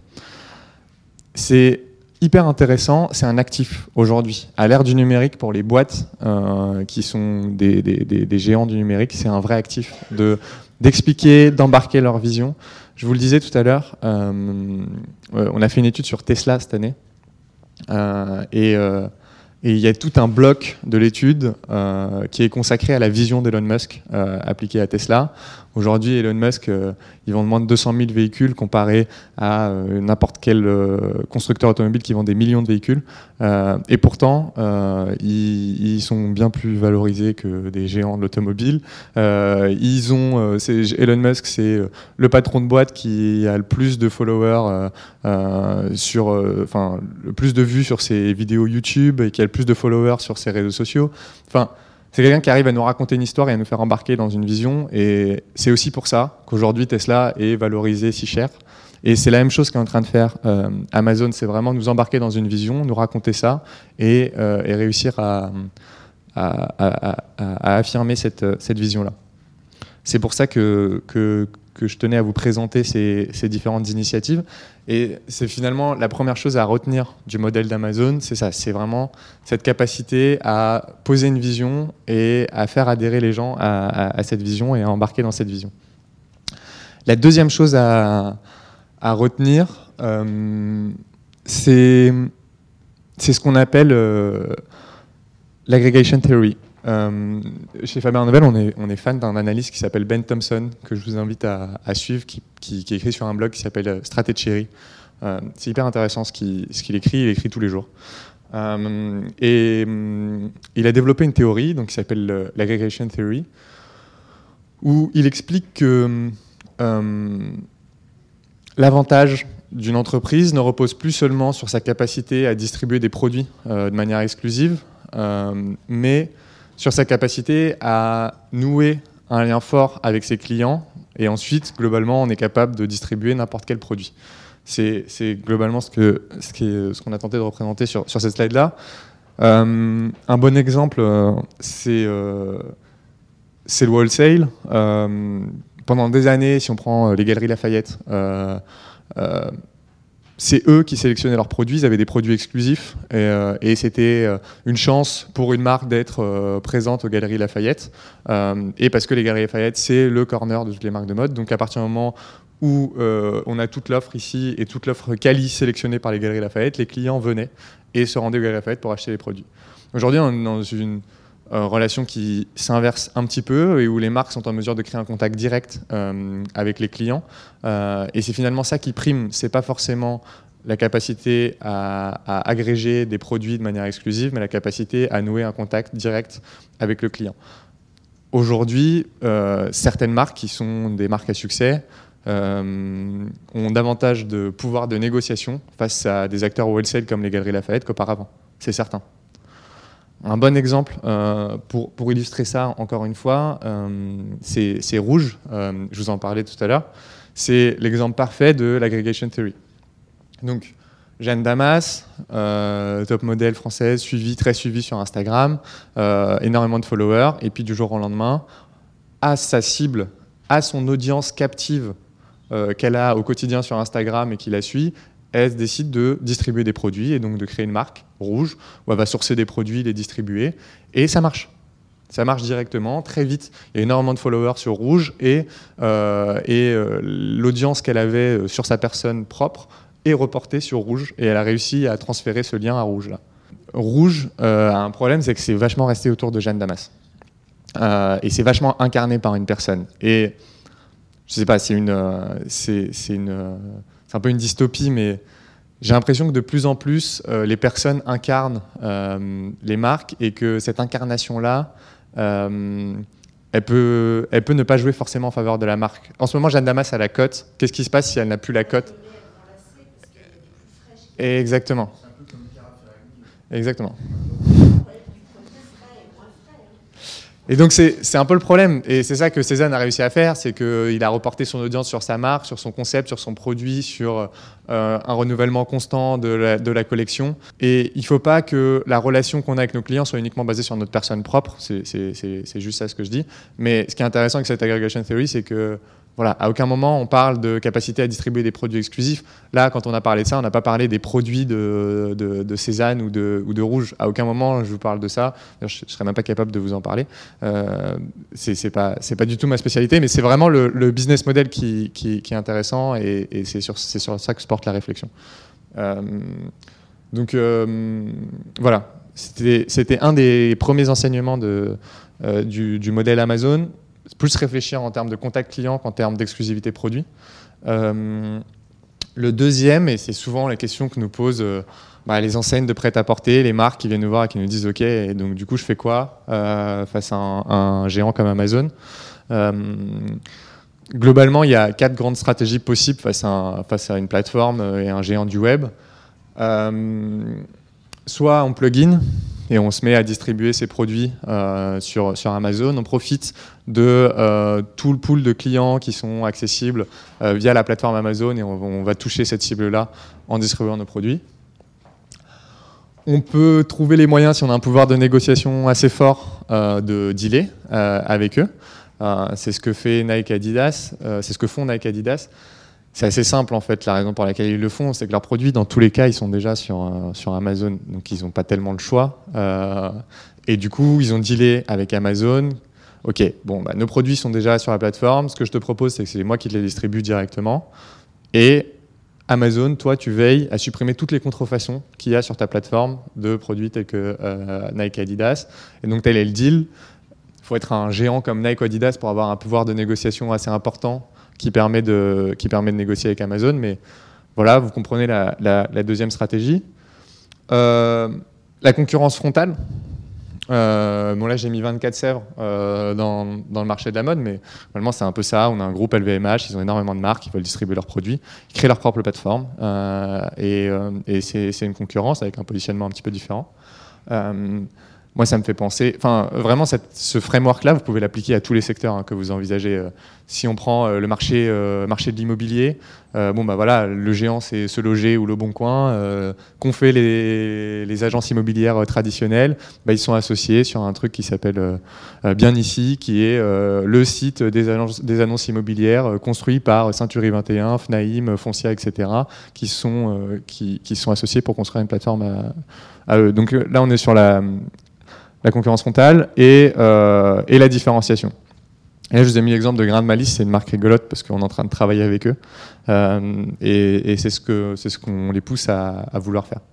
C'est hyper intéressant, c'est un actif aujourd'hui. À l'ère du numérique, pour les boîtes euh, qui sont des, des, des, des géants du numérique, c'est un vrai actif de, d'expliquer, d'embarquer leur vision. Je vous le disais tout à l'heure, euh, on a fait une étude sur Tesla cette année, euh, et euh, et il y a tout un bloc de l'étude euh, qui est consacré à la vision d'Elon Musk euh, appliquée à Tesla. Aujourd'hui, Elon Musk, euh, ils vendent moins de deux cent mille véhicules comparé à euh, n'importe quel euh, constructeur automobile qui vend des millions de véhicules. Euh, et pourtant, euh, ils, ils sont bien plus valorisés que des géants de l'automobile. Euh, ils ont, euh, c'est, Elon Musk, c'est le patron de boîte qui a le plus de followers, euh, euh, sur, enfin, euh, le plus de vues sur ses vidéos YouTube et qui a le plus de followers sur ses réseaux sociaux. Enfin, c'est quelqu'un qui arrive à nous raconter une histoire et à nous faire embarquer dans une vision. Et c'est aussi pour ça qu'aujourd'hui Tesla est valorisé si cher. Et c'est la même chose qu'est en train de faire euh, Amazon. C'est vraiment nous embarquer dans une vision, nous raconter ça et, euh, et réussir à, à, à, à, à affirmer cette, cette vision-là. C'est pour ça que, que, que je tenais à vous présenter ces, ces différentes initiatives. Et c'est finalement la première chose à retenir du modèle d'Amazon, c'est ça, c'est vraiment cette capacité à poser une vision et à faire adhérer les gens à, à, à cette vision et à embarquer dans cette vision. La deuxième chose à, à retenir, euh, c'est, c'est ce qu'on appelle euh, l'aggregation theory. Euh, chez Faber Novel, on est, on est fan d'un analyste qui s'appelle Ben Thompson, que je vous invite à, à suivre, qui, qui, qui écrit sur un blog qui s'appelle Stratechery. Euh, c'est hyper intéressant ce qu'il, ce qu'il écrit, il écrit tous les jours. Euh, et euh, il a développé une théorie donc, qui s'appelle l'aggregation theory, où il explique que euh, l'avantage d'une entreprise ne repose plus seulement sur sa capacité à distribuer des produits euh, de manière exclusive, euh, mais sur sa capacité à nouer un lien fort avec ses clients, et ensuite, globalement, on est capable de distribuer n'importe quel produit. C'est, c'est globalement ce, que, ce, qui est, ce qu'on a tenté de représenter sur, sur cette slide-là. Euh, un bon exemple, euh, c'est, euh, c'est le wholesale. Euh, pendant des années, si on prend les Galeries Lafayette, euh, euh, c'est eux qui sélectionnaient leurs produits, ils avaient des produits exclusifs et, euh, et c'était euh, une chance pour une marque d'être euh, présente aux Galeries Lafayette euh, et parce que les Galeries Lafayette, c'est le corner de toutes les marques de mode. Donc à partir du moment où euh, on a toute l'offre ici et toute l'offre quali sélectionnée par les Galeries Lafayette, les clients venaient et se rendaient aux Galeries Lafayette pour acheter les produits. Aujourd'hui, on est dans une euh, relation qui s'inverse un petit peu et où les marques sont en mesure de créer un contact direct euh, avec les clients. Euh, et c'est finalement ça qui prime. C'est pas forcément la capacité à, à agréger des produits de manière exclusive, mais la capacité à nouer un contact direct avec le client. Aujourd'hui, euh, certaines marques qui sont des marques à succès euh, ont davantage de pouvoir de négociation face à des acteurs wholesale comme les Galeries Lafayette qu'auparavant. C'est certain. Un bon exemple euh, pour, pour illustrer ça, encore une fois, euh, c'est, c'est Rouge. Euh, je vous en parlais tout à l'heure. C'est l'exemple parfait de l'aggregation theory. Donc, Jeanne Damas, euh, top modèle française, suivie, très suivie sur Instagram, euh, énormément de followers, et puis du jour au lendemain, à sa cible, à son audience captive euh, qu'elle a au quotidien sur Instagram et qui la suit, elle décide de distribuer des produits et donc de créer une marque Rouge où elle va sourcer des produits, les distribuer, et ça marche. Ça marche directement, très vite. Il y a énormément de followers sur Rouge et, euh, et euh, l'audience qu'elle avait sur sa personne propre est reportée sur Rouge et elle a réussi à transférer ce lien à Rouge. Là. Rouge euh, a un problème, c'est que c'est vachement resté autour de Jeanne Damas. Euh, et c'est vachement incarné par une personne. Et je sais pas, c'est une, euh, c'est, c'est une, euh, c'est un peu une dystopie, mais j'ai l'impression que de plus en plus, euh, les personnes incarnent euh, les marques et que cette incarnation-là, euh, elle peut, elle peut ne pas jouer forcément en faveur de la marque. En ce moment, Jeanne Damas a la cote. Qu'est-ce qui se passe si elle n'a plus la cote ? Exactement. Exactement. Et donc c'est, c'est un peu le problème, et c'est ça que Cézanne a réussi à faire, c'est qu'il a reporté son audience sur sa marque, sur son concept, sur son produit, sur euh, un renouvellement constant de la, de la collection. Et il ne faut pas que la relation qu'on a avec nos clients soit uniquement basée sur notre personne propre, c'est, c'est, c'est, c'est juste ça ce que je dis. Mais ce qui est intéressant avec cette aggregation theory, c'est que voilà, à aucun moment on parle de capacité à distribuer des produits exclusifs. Là, quand on a parlé de ça, on n'a pas parlé des produits de, de, de Cézanne ou de, ou de Rouge. À aucun moment je vous parle de ça. D'ailleurs, je ne serais même pas capable de vous en parler. Euh, c'est, c'est pas, c'est pas du tout ma spécialité, mais c'est vraiment le, le business model qui, qui, qui est intéressant et, et c'est, sur, c'est sur ça que se porte la réflexion. Euh, donc euh, voilà, c'était, c'était un des premiers enseignements de, euh, du, du modèle Amazon. Plus réfléchir en termes de contact client qu'en termes d'exclusivité produit. Euh, le deuxième, et c'est souvent la question que nous posent euh, bah, les enseignes de prêt-à-porter, les marques qui viennent nous voir et qui nous disent « Ok, et donc du coup, je fais quoi euh, face à un, un géant comme Amazon euh, ?» Globalement, il y a quatre grandes stratégies possibles face à, un, face à une plateforme et un géant du web. Euh, soit en plugin, et on se met à distribuer ces produits euh, sur, sur Amazon. On profite de euh, tout le pool de clients qui sont accessibles euh, via la plateforme Amazon et on, on va toucher cette cible-là en distribuant nos produits. On peut trouver les moyens, si on a un pouvoir de négociation assez fort, euh, de dealer euh, avec eux. Euh, c'est ce que fait Nike Adidas, euh, c'est ce que font Nike Adidas. C'est assez simple en fait, la raison pour laquelle ils le font, c'est que leurs produits, dans tous les cas, ils sont déjà sur, euh, sur Amazon, donc ils n'ont pas tellement le choix. Euh, et du coup, ils ont dealé avec Amazon. Ok, bon, bah, nos produits sont déjà sur la plateforme, ce que je te propose, c'est que c'est moi qui te les distribue directement. Et Amazon, toi, tu veilles à supprimer toutes les contrefaçons qu'il y a sur ta plateforme de produits tels que euh, Nike Adidas. Et donc, tel est le deal. Il faut être un géant comme Nike ou Adidas pour avoir un pouvoir de négociation assez important qui permet de, qui permet de négocier avec Amazon. Mais voilà, vous comprenez la, la, la deuxième stratégie. Euh, la concurrence frontale. Euh, bon là, j'ai mis vingt-quatre Sèvres euh, dans, dans le marché de la mode, mais normalement, c'est un peu ça. On a un groupe L V M H, ils ont énormément de marques, ils veulent distribuer leurs produits, ils créent leur propre plateforme. Euh, et euh, et c'est, c'est une concurrence avec un positionnement un petit peu différent. Euh, Moi, ça me fait penser, enfin, vraiment, cette, ce framework-là, vous pouvez l'appliquer à tous les secteurs hein, que vous envisagez. Euh, si on prend euh, le marché, euh, marché de l'immobilier, euh, bon, bah voilà, le géant, c'est Se Loger ou Le Bon Coin. Euh, qu'ont fait les, les agences immobilières euh, traditionnelles, bah, ils sont associés sur un truc qui s'appelle euh, Bien Ici, qui est euh, le site des, agences, des annonces immobilières euh, construit par Century vingt et un, Fnaim, Foncia, et cetera, qui sont, euh, qui, qui sont associés pour construire une plateforme à, à eux. Donc là, on est sur la la concurrence frontale et, euh, et la différenciation. Et là, je vous ai mis l'exemple de Grain de Malice, c'est une marque rigolote parce qu'on est en train de travailler avec eux euh, et, et c'est ce que, c'est ce qu'on les pousse à, à vouloir faire.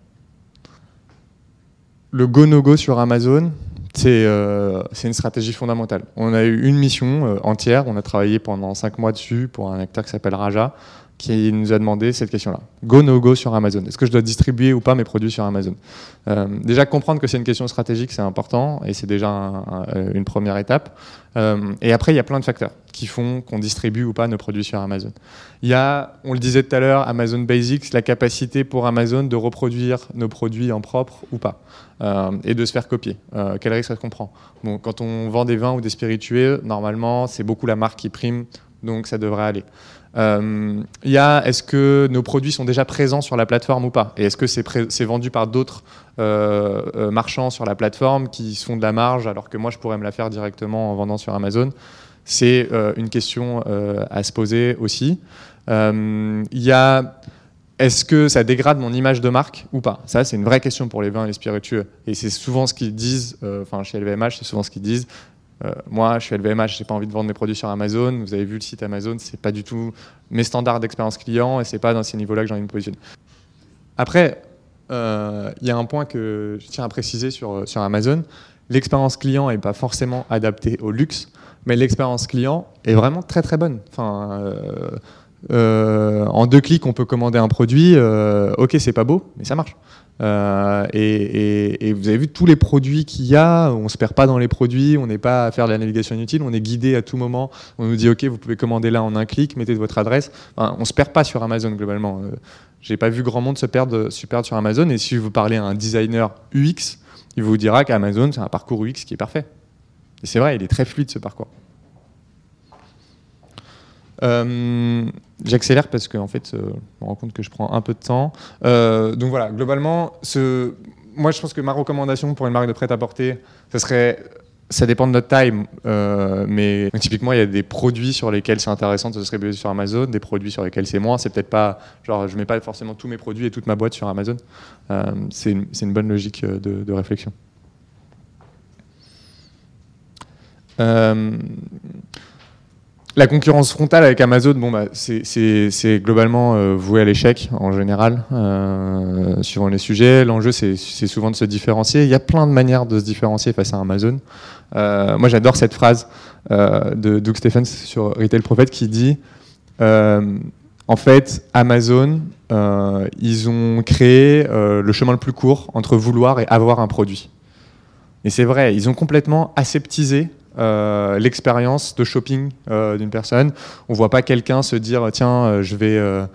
Le go-no-go sur Amazon, c'est, euh, c'est une stratégie fondamentale. On a eu une mission euh, entière, on a travaillé pendant cinq mois dessus pour un acteur qui s'appelle Raja, qui nous a demandé cette question-là. Go, no go sur Amazon. Est-ce que je dois distribuer ou pas mes produits sur Amazon ? euh, Déjà, comprendre que c'est une question stratégique, c'est important, et c'est déjà un, un, une première étape. Euh, et après, il y a plein de facteurs qui font qu'on distribue ou pas nos produits sur Amazon. Il y a, on le disait tout à l'heure, Amazon Basics, la capacité pour Amazon de reproduire nos produits en propre ou pas, euh, et de se faire copier. Euh, quel risque est-ce qu'on prend ? Bon, quand on vend des vins ou des spiritueux, normalement, c'est beaucoup la marque qui prime, donc ça devrait aller. Il euh, y a, est-ce que nos produits sont déjà présents sur la plateforme ou pas ? Et est-ce que c'est, pré- c'est vendu par d'autres euh, euh, marchands sur la plateforme qui se font de la marge alors que moi je pourrais me la faire directement en vendant sur Amazon ? C'est euh, une question euh, à se poser aussi. Il euh, y a est-ce que ça dégrade mon image de marque ou pas? Ça, c'est une vraie question pour les vins et les spiritueux. Et c'est souvent ce qu'ils disent, enfin euh, chez L V M H, c'est souvent ce qu'ils disent. Euh, moi, je suis L V M H, j'ai pas envie de vendre mes produits sur Amazon. Vous avez vu le site Amazon, c'est pas du tout mes standards d'expérience client et c'est pas dans ces niveaux-là que j'ai envie de me positionner. Après, il euh, y a un point que je tiens à préciser sur, sur Amazon. L'expérience client n'est pas forcément adaptée au luxe, mais l'expérience client est vraiment très très bonne. Enfin, euh, euh, en deux clics, on peut commander un produit. Euh, ok, c'est pas beau, mais ça marche. Euh, et, et, et vous avez vu tous les produits qu'il y a, on ne se perd pas dans les produits, on n'est pas à faire de la navigation inutile, on est guidé à tout moment, on nous dit ok, vous pouvez commander là en un clic, mettez votre adresse. Enfin, on ne se perd pas sur Amazon globalement. Euh, j'ai pas vu grand monde se perdre, se perdre sur Amazon, et si vous parlez à un designer U X, il vous dira qu'Amazon c'est un parcours U X qui est parfait. Et c'est vrai, il est très fluide ce parcours. Euh, J'accélère parce que en fait, euh, je me rends compte que je prends un peu de temps. Euh, donc voilà, globalement, ce, moi je pense que ma recommandation pour une marque de prêt-à-porter, ce serait, ça dépend de notre taille, euh, mais typiquement il y a des produits sur lesquels c'est intéressant de se distribuer sur Amazon, des produits sur lesquels c'est moins. C'est peut-être pas, genre je mets pas forcément tous mes produits et toute ma boîte sur Amazon. Euh, c'est une, c'est une bonne logique de, de réflexion. Euh, La concurrence frontale avec Amazon, bon, bah, c'est globalement euh, voué à l'échec en général, euh, suivant les sujets. L'enjeu, c'est souvent de se différencier. Il y a plein de manières de se différencier face à Amazon. Euh, moi, j'adore cette phrase euh, de Doug Stephens sur Retail Prophet qui dit euh, en fait, Amazon, euh, ils ont créé euh, le chemin le plus court entre vouloir et avoir un produit. Et c'est vrai, ils ont complètement aseptisé Euh, l'expérience de shopping euh, d'une personne. On ne voit pas quelqu'un se dire tiens, euh, je, vais, euh,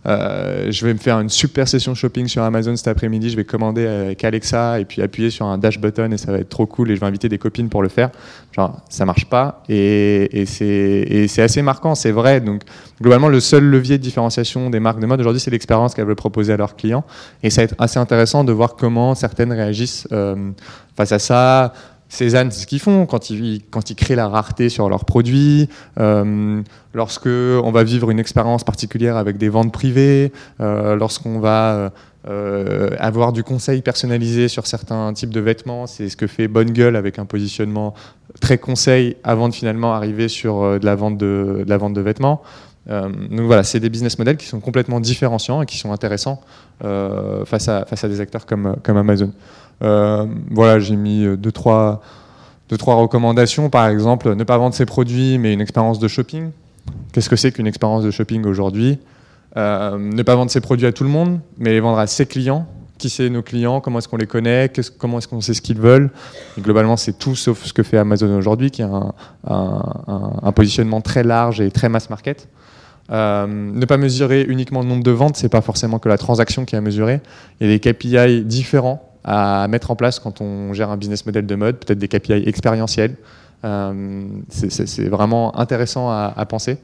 euh, je vais me faire une super session shopping sur Amazon cet après-midi, je vais commander avec Alexa et puis appuyer sur un dash button et ça va être trop cool et je vais inviter des copines pour le faire. Genre, ça ne marche pas et, et c'est assez marquant, c'est vrai. Donc, globalement, le seul levier de différenciation des marques de mode aujourd'hui, c'est l'expérience qu'elles veulent proposer à leurs clients. Et ça va être assez intéressant de voir comment certaines réagissent euh, face à ça. Cézanne, c'est ce qu'ils font quand ils, quand ils créent la rareté sur leurs produits, euh, lorsque on va vivre une expérience particulière avec des ventes privées, euh, lorsqu'on va euh, avoir du conseil personnalisé sur certains types de vêtements. C'est ce que fait Bonne Gueule avec un positionnement très conseil avant de finalement arriver sur euh, de, la vente de, de la vente de vêtements. Euh, donc voilà, c'est des business models qui sont complètement différenciants et qui sont intéressants euh, face à, face à des acteurs comme, comme Amazon. Euh, voilà, j'ai mis deux trois, deux, trois recommandations. Par exemple, ne pas vendre ses produits, mais une expérience de shopping. Qu'est-ce que c'est qu'une expérience de shopping aujourd'hui? euh, Ne pas vendre ses produits à tout le monde, mais les vendre à ses clients. Qui c'est nos clients? Comment est-ce qu'on les connaît? Comment est-ce qu'on sait ce qu'ils veulent? Et globalement, c'est tout sauf ce que fait Amazon aujourd'hui, qui a un, un, un, un positionnement très large et très mass market. Euh, ne pas mesurer uniquement le nombre de ventes, c'est pas forcément que la transaction qui est à mesurer. Il y a des K P I différents à mettre en place quand on gère un business model de mode, peut-être des K P I expérientiels. Euh, c'est vraiment intéressant à, à penser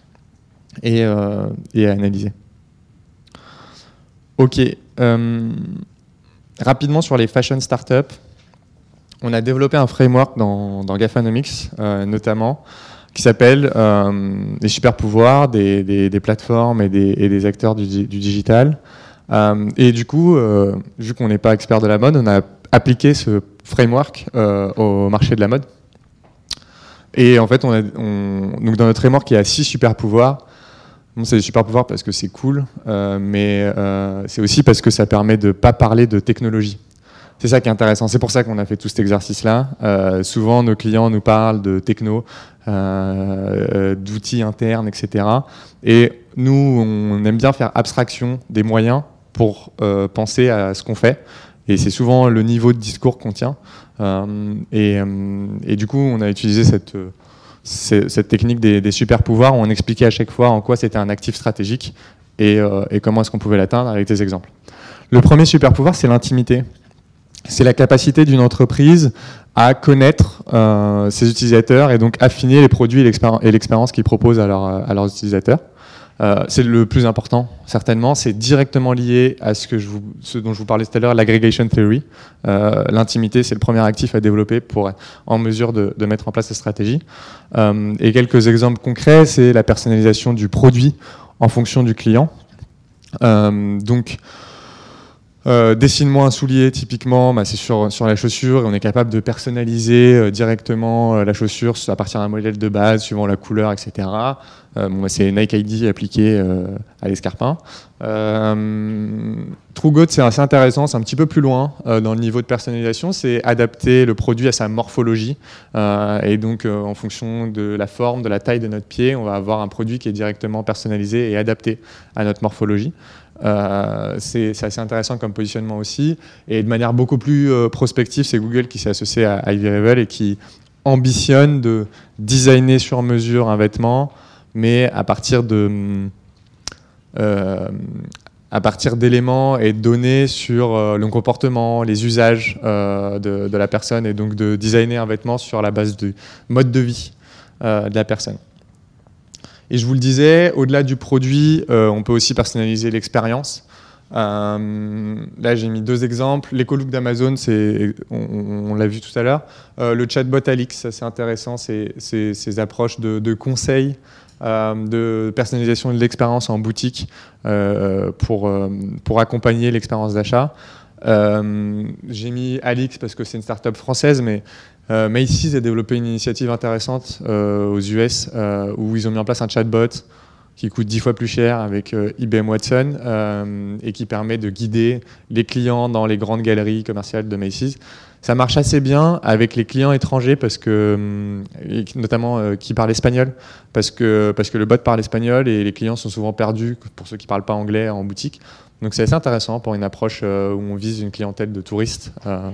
et, euh, et à analyser. Ok. Euh, rapidement sur les fashion startups, on a développé un framework dans, dans Gafanomics, euh, notamment, qui s'appelle euh, les super pouvoirs des, des, des plateformes et des, et des acteurs du, du digital. Euh, et du coup, euh, vu qu'on n'est pas expert de la mode, on a appliqué ce framework euh, au marché de la mode. Et en fait, on a, on, donc dans notre framework, il y a six super pouvoirs. Bon, c'est des super pouvoirs parce que c'est cool, euh, mais euh, c'est aussi parce que ça permet de ne pas parler de technologie. C'est ça qui est intéressant. C'est pour ça qu'on a fait tout cet exercice-là. Euh, souvent, nos clients nous parlent de techno, euh, d'outils internes, et cetera. Et nous, on aime bien faire abstraction des moyens pour euh, penser à ce qu'on fait. Et c'est souvent le niveau de discours qu'on tient. Euh, et, euh, et du coup, on a utilisé cette, cette, cette technique des, des super pouvoirs où on expliquait à chaque fois en quoi c'était un actif stratégique et, euh, et comment est-ce qu'on pouvait l'atteindre avec des exemples. Le premier super pouvoir, c'est l'intimité. C'est la capacité d'une entreprise à connaître euh, ses utilisateurs et donc affiner les produits et l'expérience qu'ils proposent à, leur, à leurs utilisateurs. Euh, c'est le plus important, certainement. C'est directement lié à ce, que je vous, ce dont je vous parlais tout à l'heure, l'aggregation theory. Euh, L'intimité, c'est le premier actif à développer pour être en mesure de, de mettre en place cette stratégie. Euh, et quelques exemples concrets, c'est la personnalisation du produit en fonction du client. Euh, donc, euh, dessine-moi un soulier, typiquement, bah, c'est sur, sur la chaussure, et on est capable de personnaliser euh, directement euh, la chaussure à partir d'un modèle de base, suivant la couleur, et cetera. Euh, bon, bah, c'est Nike I D appliqué euh, à l'escarpin. Euh, TrueGoat, c'est assez intéressant, c'est un petit peu plus loin euh, dans le niveau de personnalisation, c'est adapter le produit à sa morphologie. Euh, et donc, euh, en fonction de la forme, de la taille de notre pied, on va avoir un produit qui est directement personnalisé et adapté à notre morphologie. Euh, c'est assez intéressant comme positionnement aussi. Et de manière beaucoup plus euh, prospective, c'est Google qui s'est associé à Ivy Revel et qui ambitionne de designer sur mesure un vêtement, mais à partir de euh, à partir d'éléments et de données sur euh, le comportement, les usages euh, de, de la personne, et donc de designer un vêtement sur la base du mode de vie euh, de la personne. Et je vous le disais, au-delà du produit, euh, on peut aussi personnaliser l'expérience. Euh, là, j'ai mis deux exemples. L'écolook d'Amazon, on, on l'a vu tout à l'heure. Euh, le chatbot Alix, c'est intéressant, c'est ces approches de, de conseils, euh, de personnalisation de l'expérience en boutique euh, pour, euh, pour accompagner l'expérience d'achat. Euh, j'ai mis Alix parce que c'est une start-up française, mais Euh, Macy's a développé une initiative intéressante euh, aux U S euh, où ils ont mis en place un chatbot qui coûte dix fois plus cher avec euh, I B M Watson euh, et qui permet de guider les clients dans les grandes galeries commerciales de Macy's. Ça marche assez bien avec les clients étrangers, parce que, notamment euh, qui parlent espagnol, parce que, parce que le bot parle espagnol et les clients sont souvent perdus pour ceux qui ne parlent pas anglais en boutique. Donc c'est assez intéressant pour une approche euh, où on vise une clientèle de touristes. Euh,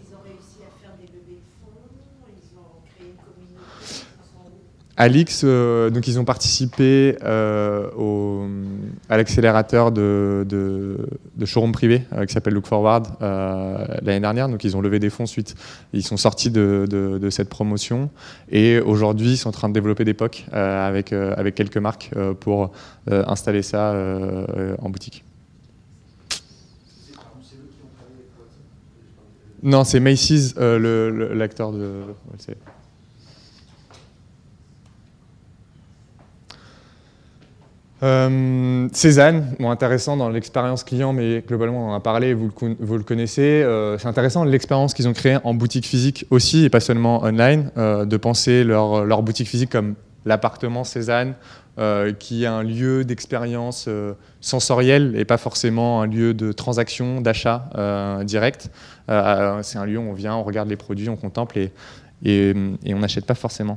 Alix, euh, donc ils ont participé euh, au, à l'accélérateur de, de, de showroom privé euh, qui s'appelle Look Forward euh, l'année dernière. Donc ils ont levé des fonds suite. Ils sont sortis de, de, de cette promotion et aujourd'hui ils sont en train de développer des P O C euh, avec, euh, avec quelques marques euh, pour euh, installer ça euh, euh, en boutique. Non, c'est Macy's, euh, l'acteur de... Ouais, Euh, Cézanne, bon, intéressant dans l'expérience client, mais globalement on en a parlé, vous le, vous le connaissez. Euh, c'est intéressant l'expérience qu'ils ont créée en boutique physique aussi, et pas seulement online, euh, de penser leur, leur boutique physique comme l'appartement Cézanne, euh, qui est un lieu d'expérience euh, sensorielle et pas forcément un lieu de transaction, d'achat euh, direct. Euh, c'est un lieu où on vient, on regarde les produits, on contemple et, et, et on n'achète pas forcément.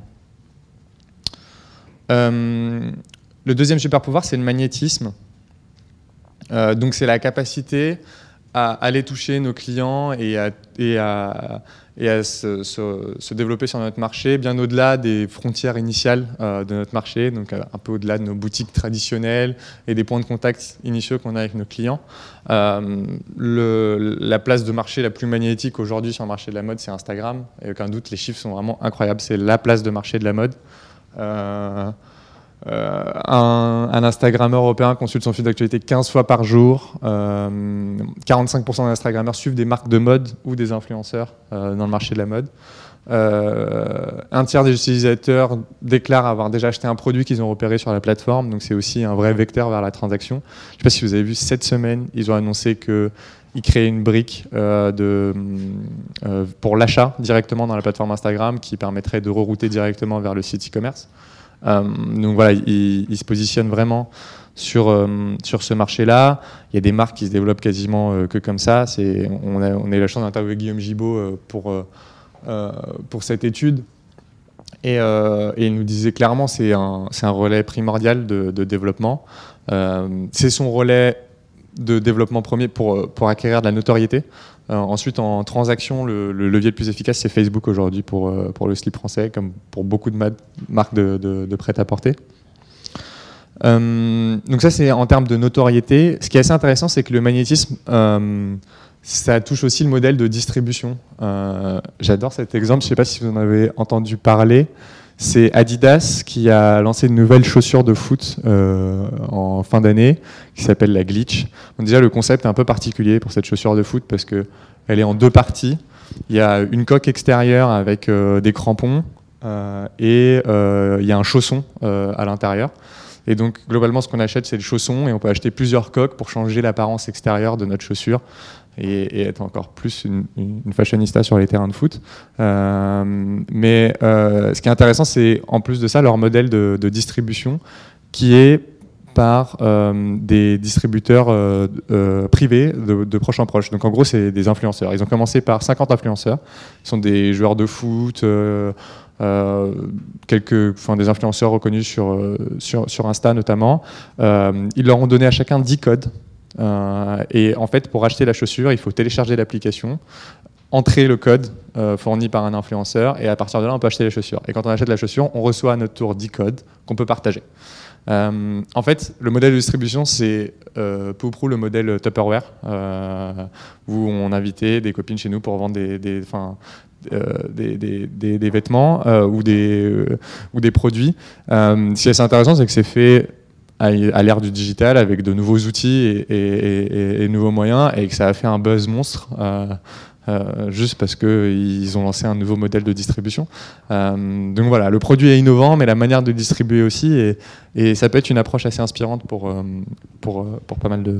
Euh, Le deuxième super pouvoir, c'est le magnétisme. Euh, donc, c'est la capacité à aller toucher nos clients et à, et à, et à se, se, se développer sur notre marché, bien au-delà des frontières initiales euh, de notre marché, donc euh, un peu au-delà de nos boutiques traditionnelles et des points de contact initiaux qu'on a avec nos clients. Euh, le, la place de marché la plus magnétique aujourd'hui sur le marché de la mode, c'est Instagram. Et aucun doute, les chiffres sont vraiment incroyables. C'est la place de marché de la mode. Euh, Euh, un, un Instagrammeur européen consulte son fil d'actualité quinze fois par jour. Euh, quarante-cinq pour cent des Instagrammeurs suivent des marques de mode ou des influenceurs euh, dans le marché de la mode. Euh, un tiers des utilisateurs déclarent avoir déjà acheté un produit qu'ils ont repéré sur la plateforme, donc c'est aussi un vrai vecteur vers la transaction. Je ne sais pas si vous avez vu, cette semaine, ils ont annoncé qu'ils créaient une brique euh, de, euh, pour l'achat directement dans la plateforme Instagram qui permettrait de rerouter directement vers le site e-commerce. Euh, donc voilà, ils il se positionnent vraiment sur, euh, sur ce marché-là. Il y a des marques qui se développent quasiment euh, que comme ça. On a, on a eu la chance d'interviewer Guillaume Gibaud euh, pour, euh, pour cette étude. Et, euh, et il nous disait clairement que c'est un, un relais primordial de, de développement. Euh, c'est son relais de développement premier pour, pour acquérir de la notoriété. Euh, ensuite, en transaction, le, le levier le plus efficace, c'est Facebook aujourd'hui pour, euh, pour le slip français, comme pour beaucoup de marques de, de, de prêt-à-porter. Euh, donc ça, c'est en termes de notoriété. Ce qui est assez intéressant, c'est que le magnétisme, euh, ça touche aussi le modèle de distribution. Euh, J'adore cet exemple, je ne sais pas si vous en avez entendu parler. C'est Adidas qui a lancé une nouvelle chaussure de foot euh, en fin d'année qui s'appelle la Glitch. Donc déjà, le concept est un peu particulier pour cette chaussure de foot parce qu'elle est en deux parties. Il y a une coque extérieure avec euh, des crampons euh, et euh, il y a un chausson euh, à l'intérieur. Et donc, globalement, ce qu'on achète, c'est le chausson, et on peut acheter plusieurs coques pour changer l'apparence extérieure de notre chaussure et, et être encore plus une, une fashionista sur les terrains de foot. Euh, mais euh, ce qui est intéressant, c'est en plus de ça, leur modèle de, de distribution qui est par euh, des distributeurs euh, euh, privés de, de proche en proche. Donc en gros, c'est des influenceurs. Ils ont commencé par cinquante influenceurs. Ils sont des joueurs de foot, euh, euh, quelques, enfin, des influenceurs reconnus sur, euh, sur, sur Insta notamment. Euh, ils leur ont donné à chacun dix codes. Euh, et en fait, pour acheter la chaussure, il faut télécharger l'application, entrer le code euh, fourni par un influenceur, et à partir de là, on peut acheter la chaussure. Et quand on achète la chaussure, on reçoit à notre tour dix codes qu'on peut partager. Euh, en fait, le modèle de distribution, c'est euh, peu ou prou le modèle Tupperware, euh, où on invitait des copines chez nous pour vendre des, des, enfin, euh, des, des, des, des vêtements euh, ou, des, euh, ou des produits. Euh, ce qui est assez intéressant, c'est que c'est fait à, à l'ère du digital avec de nouveaux outils et, et, et, et nouveaux moyens, et que ça a fait un buzz monstre. Euh, Euh, juste parce qu'ils ont lancé un nouveau modèle de distribution. Euh, donc voilà, le produit est innovant, mais la manière de distribuer aussi, et, et ça peut être une approche assez inspirante pour, euh, pour, pour pas mal de,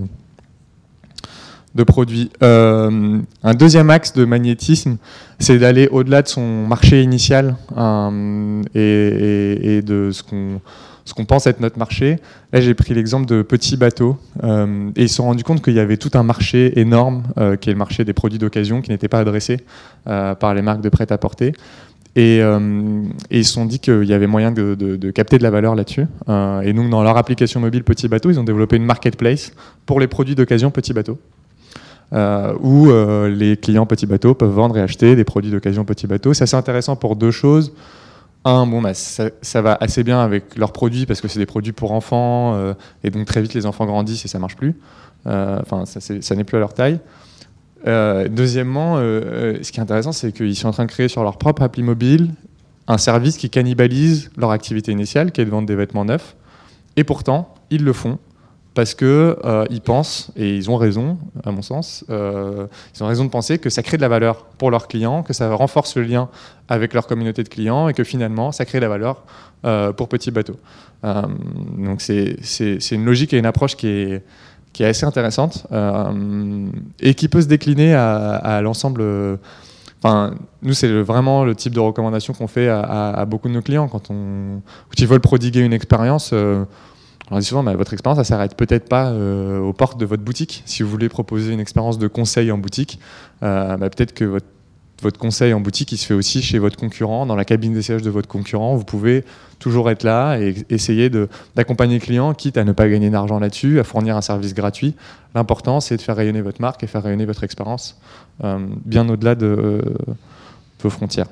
de produits. Euh, un deuxième axe de magnétisme, c'est d'aller au-delà de son marché initial euh, et, et, et de ce qu'on ce qu'on pense être notre marché. Là, j'ai pris l'exemple de petits bateaux, euh, et ils se sont rendus compte qu'il y avait tout un marché énorme, euh, qui est le marché des produits d'occasion, qui n'était pas adressé euh, par les marques de prêt-à-porter. Et, euh, et ils se sont dit qu'il y avait moyen de, de, de capter de la valeur là-dessus. Euh, et donc, dans leur application mobile Petit Bateau, ils ont développé une marketplace pour les produits d'occasion Petit Bateau, euh, où euh, les clients Petit Bateau peuvent vendre et acheter des produits d'occasion Petit Bateau. C'est assez intéressant pour deux choses. Un, bon, bah, ça, ça va assez bien avec leurs produits parce que c'est des produits pour enfants, euh, et donc très vite les enfants grandissent et ça marche plus. Enfin, euh, ça, ça n'est plus à leur taille. Euh, deuxièmement, euh, ce qui est intéressant, c'est qu'ils sont en train de créer sur leur propre appli mobile un service qui cannibalise leur activité initiale, qui est de vendre des vêtements neufs. Et pourtant, ils le font parce qu'ils euh, pensent, et ils ont raison, à mon sens, euh, ils ont raison de penser que ça crée de la valeur pour leurs clients, que ça renforce le lien avec leur communauté de clients, et que finalement, ça crée de la valeur euh, pour Petit Bateau. Euh, donc c'est une logique et une approche qui est, qui est assez intéressante, euh, et qui peut se décliner à, à l'ensemble. Enfin, nous, c'est vraiment le type de recommandation qu'on fait à, à, à beaucoup de nos clients. Quand, on, quand ils veulent prodiguer une expérience, euh, on dit souvent, bah, votre expérience, ça ne s'arrête peut-être pas euh, aux portes de votre boutique. Si vous voulez proposer une expérience de conseil en boutique, euh, bah, peut-être que votre, votre conseil en boutique, il se fait aussi chez votre concurrent, dans la cabine d'essayage de votre concurrent. Vous pouvez toujours être là et essayer d'accompagner le client, quitte à ne pas gagner d'argent là-dessus, à fournir un service gratuit. L'important, c'est de faire rayonner votre marque et faire rayonner votre expérience euh, bien au-delà de euh, vos frontières.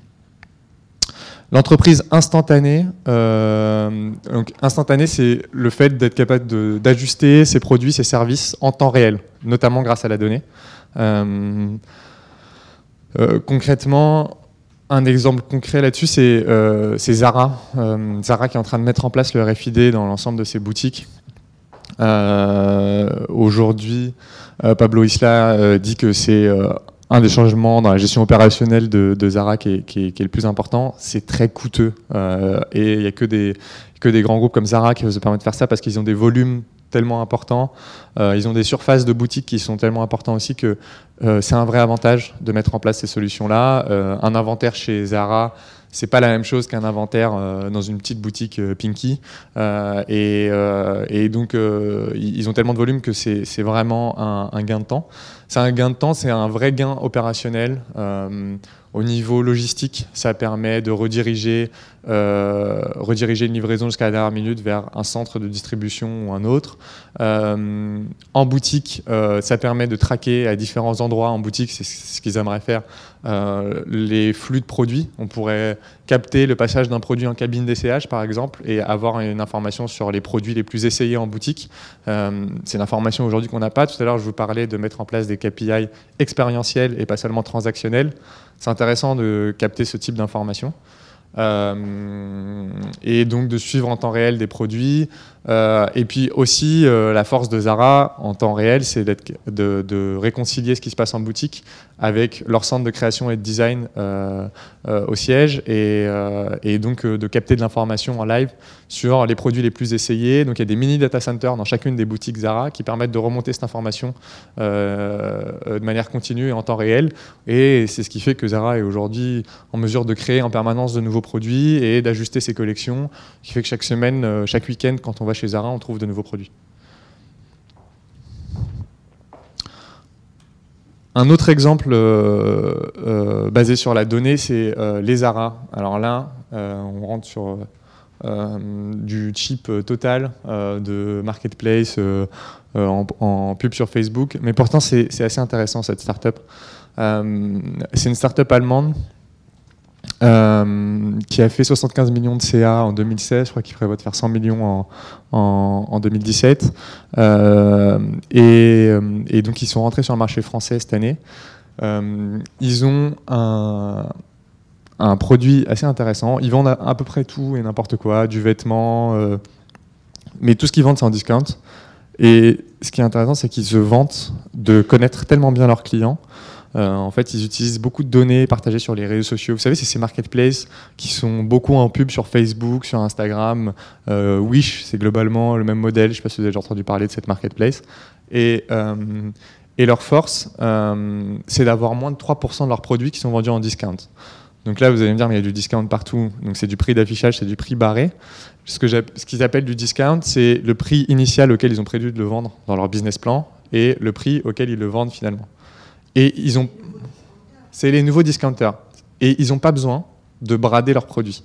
L'entreprise instantanée, euh, donc instantanée, c'est le fait d'être capable d'ajuster ses produits, ses services en temps réel, notamment grâce à la donnée. Euh, euh, concrètement, un exemple concret là-dessus, c'est euh, Zara. Euh, Zara qui est en train de mettre en place le R F I D dans l'ensemble de ses boutiques. Euh, Aujourd'hui, euh, Pablo Isla euh, dit que c'est euh, un des changements dans la gestion opérationnelle de, de Zara qui est, qui, est, qui est le plus important. C'est très coûteux, euh, et il n'y a que des, que des grands groupes comme Zara qui peuvent se permettre de faire ça parce qu'ils ont des volumes tellement importants, euh, ils ont des surfaces de boutiques qui sont tellement importants aussi que euh, c'est un vrai avantage de mettre en place ces solutions-là. Euh, un inventaire chez Zara, c'est pas la même chose qu'un inventaire euh, dans une petite boutique euh, Pinky, euh, et, euh, et donc euh, ils ont tellement de volume que c'est vraiment un, un gain de temps. C'est un gain de temps, c'est un vrai gain opérationnel. Euh, au niveau logistique, ça permet de rediriger, euh, rediriger une livraison jusqu'à la dernière minute vers un centre de distribution ou un autre. Euh, en boutique, euh, ça permet de traquer à différents endroits en boutique, c'est ce qu'ils aimeraient faire, euh, les flux de produits. On pourrait capter le passage d'un produit en cabine d'essayage, par exemple, et avoir une information sur les produits les plus essayés en boutique. Euh, c'est une information aujourd'hui qu'on n'a pas. Tout à l'heure, je vous parlais de mettre en place des K P I expérientiels et pas seulement transactionnels. C'est intéressant de capter ce type d'informations. Euh, et donc de suivre en temps réel des produits, Euh, et puis aussi, euh, la force de Zara en temps réel, c'est d'être, de, de réconcilier ce qui se passe en boutique avec leur centre de création et de design euh, euh, au siège, et, euh, et donc euh, de capter de l'information en live sur les produits les plus essayés. Donc il y a des mini data centers dans chacune des boutiques Zara qui permettent de remonter cette information euh, de manière continue et en temps réel. Et c'est ce qui fait que Zara est aujourd'hui en mesure de créer en permanence de nouveaux produits et d'ajuster ses collections, qui fait que chaque semaine, chaque week-end, quand on va chez Zara, on trouve de nouveaux produits. Un autre exemple euh, euh, basé sur la donnée, c'est euh, les Zara. Alors là, euh, on rentre sur euh, du cheap total euh, de marketplace euh, euh, en, en pub sur Facebook. Mais pourtant, c'est, c'est assez intéressant, cette startup. Euh, c'est une startup allemande Euh, qui a fait soixante-quinze millions de C A en deux mille seize, je crois qu'il prévoit de faire cent millions en, en, en deux mille dix-sept. Euh, et, et donc ils sont rentrés sur le marché français cette année. Euh, ils ont un, un produit assez intéressant. Ils vendent à, à peu près tout et n'importe quoi, du vêtement, euh, mais tout ce qu'ils vendent c'est en discount. Et ce qui est intéressant, c'est qu'ils se vantent de connaître tellement bien leurs clients. Euh, en fait, ils utilisent beaucoup de données partagées sur les réseaux sociaux. Vous savez, c'est ces marketplaces qui sont beaucoup en pub sur Facebook, sur Instagram. Euh, Wish, c'est globalement le même modèle. Je ne sais pas si vous avez déjà entendu parler de cette marketplace. Et, euh, et leur force, euh, c'est d'avoir moins de trois pour cent de leurs produits qui sont vendus en discount. Donc là, vous allez me dire, mais il y a du discount partout. Donc c'est du prix d'affichage, c'est du prix barré. Ce, que ce qu'ils appellent du discount, c'est le prix initial auquel ils ont prévu de le vendre dans leur business plan et le prix auquel ils le vendent finalement. Et ils ont, c'est les nouveaux discounters. Et ils n'ont pas besoin de brader leurs produits.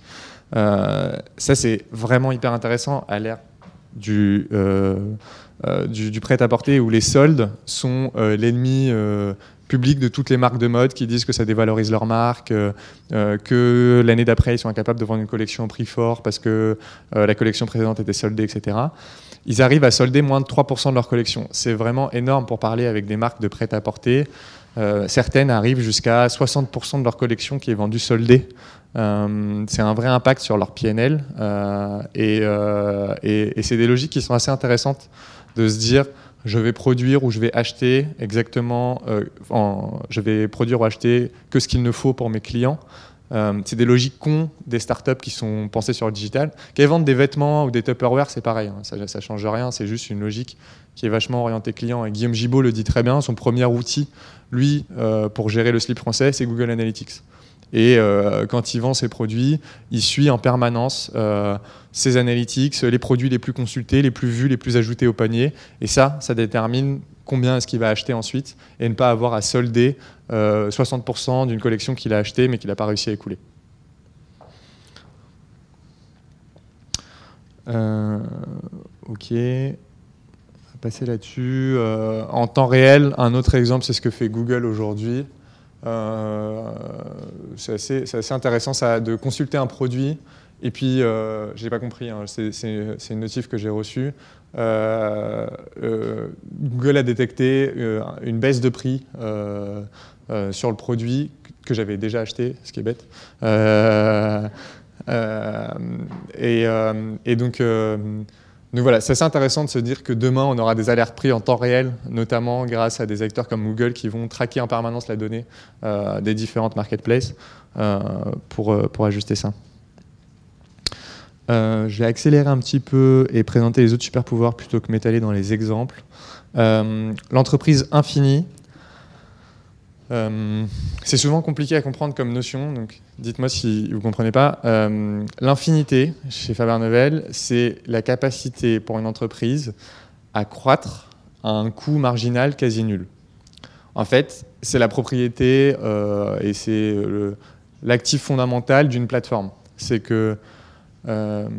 Euh, ça, c'est vraiment hyper intéressant à l'ère du, euh, euh, du, du prêt-à-porter où les soldes sont euh, l'ennemi euh, public de toutes les marques de mode qui disent que ça dévalorise leur marque, euh, euh, que l'année d'après, ils sont incapables de vendre une collection au prix fort parce que euh, la collection précédente était soldée, et cetera. Ils arrivent à solder moins de trois pour cent de leur collection. C'est vraiment énorme pour parler avec des marques de prêt-à-porter. Euh, certaines arrivent jusqu'à soixante pour cent de leur collection qui est vendue soldée. Euh, c'est un vrai impact sur leur P N L euh, et, euh, et, et c'est des logiques qui sont assez intéressantes de se dire je vais produire ou je vais acheter exactement, euh, en, je vais produire ou acheter que ce qu'il me faut pour mes clients. Euh, c'est des logiques cons des startups qui sont pensées sur le digital. Qu'elles vendent des vêtements ou des Tupperware, c'est pareil, hein, ça ne change rien, c'est juste une logique qui est vachement orientée client. Et Guillaume Gibault le dit très bien, son premier outil, lui, euh, pour gérer le slip français, c'est Google Analytics. Et euh, quand il vend ses produits, il suit en permanence euh, ses analytics, les produits les plus consultés, les plus vus, les plus ajoutés au panier. Et ça, ça détermine combien est-ce qu'il va acheter ensuite et ne pas avoir à solder euh, soixante pour cent d'une collection qu'il a achetée mais qu'il n'a pas réussi à écouler. Euh, ok, on va passer là-dessus. Euh, en temps réel, un autre exemple, c'est ce que fait Google aujourd'hui. Euh, c'est assez, c'est assez intéressant ça, de consulter un produit et puis, euh, je n'ai pas compris, hein, c'est, c'est, c'est une notif que j'ai reçue. Euh, euh, Google a détecté euh, une baisse de prix euh, euh, sur le produit que j'avais déjà acheté, ce qui est bête. Euh, euh, et, euh, et donc, euh, donc voilà, c'est assez intéressant de se dire que demain, on aura des alertes prix en temps réel, notamment grâce à des acteurs comme Google qui vont traquer en permanence la donnée euh, des différentes marketplaces euh, pour, pour ajuster ça. Euh, je vais accélérer un petit peu et présenter les autres super pouvoirs plutôt que m'étaler dans les exemples. Euh, l'entreprise infinie, euh, c'est souvent compliqué à comprendre comme notion, donc dites-moi si vous ne comprenez pas. Euh, l'infinité, chez Faber Novel, c'est la capacité pour une entreprise à croître à un coût marginal quasi nul. En fait, c'est la propriété euh, et c'est le, l'actif fondamental d'une plateforme. C'est que Euh,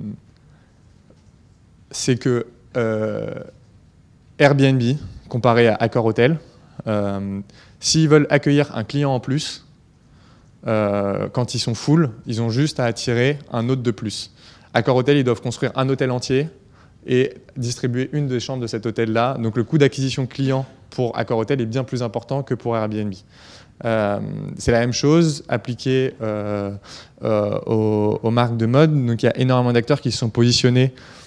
c'est que euh, Airbnb, comparé à Accor Hotel, euh, s'ils veulent accueillir un client en plus, euh, quand ils sont full, ils ont juste à attirer un hôte de plus. Accor Hotel, ils doivent construire un hôtel entier et distribuer une des chambres de cet hôtel-là. Donc le coût d'acquisition client pour Accor Hotel est bien plus important que pour Airbnb. Euh, c'est la même chose appliquée euh, euh, aux, aux marques de mode. Donc il y a énormément d'acteurs qui se sont positionnés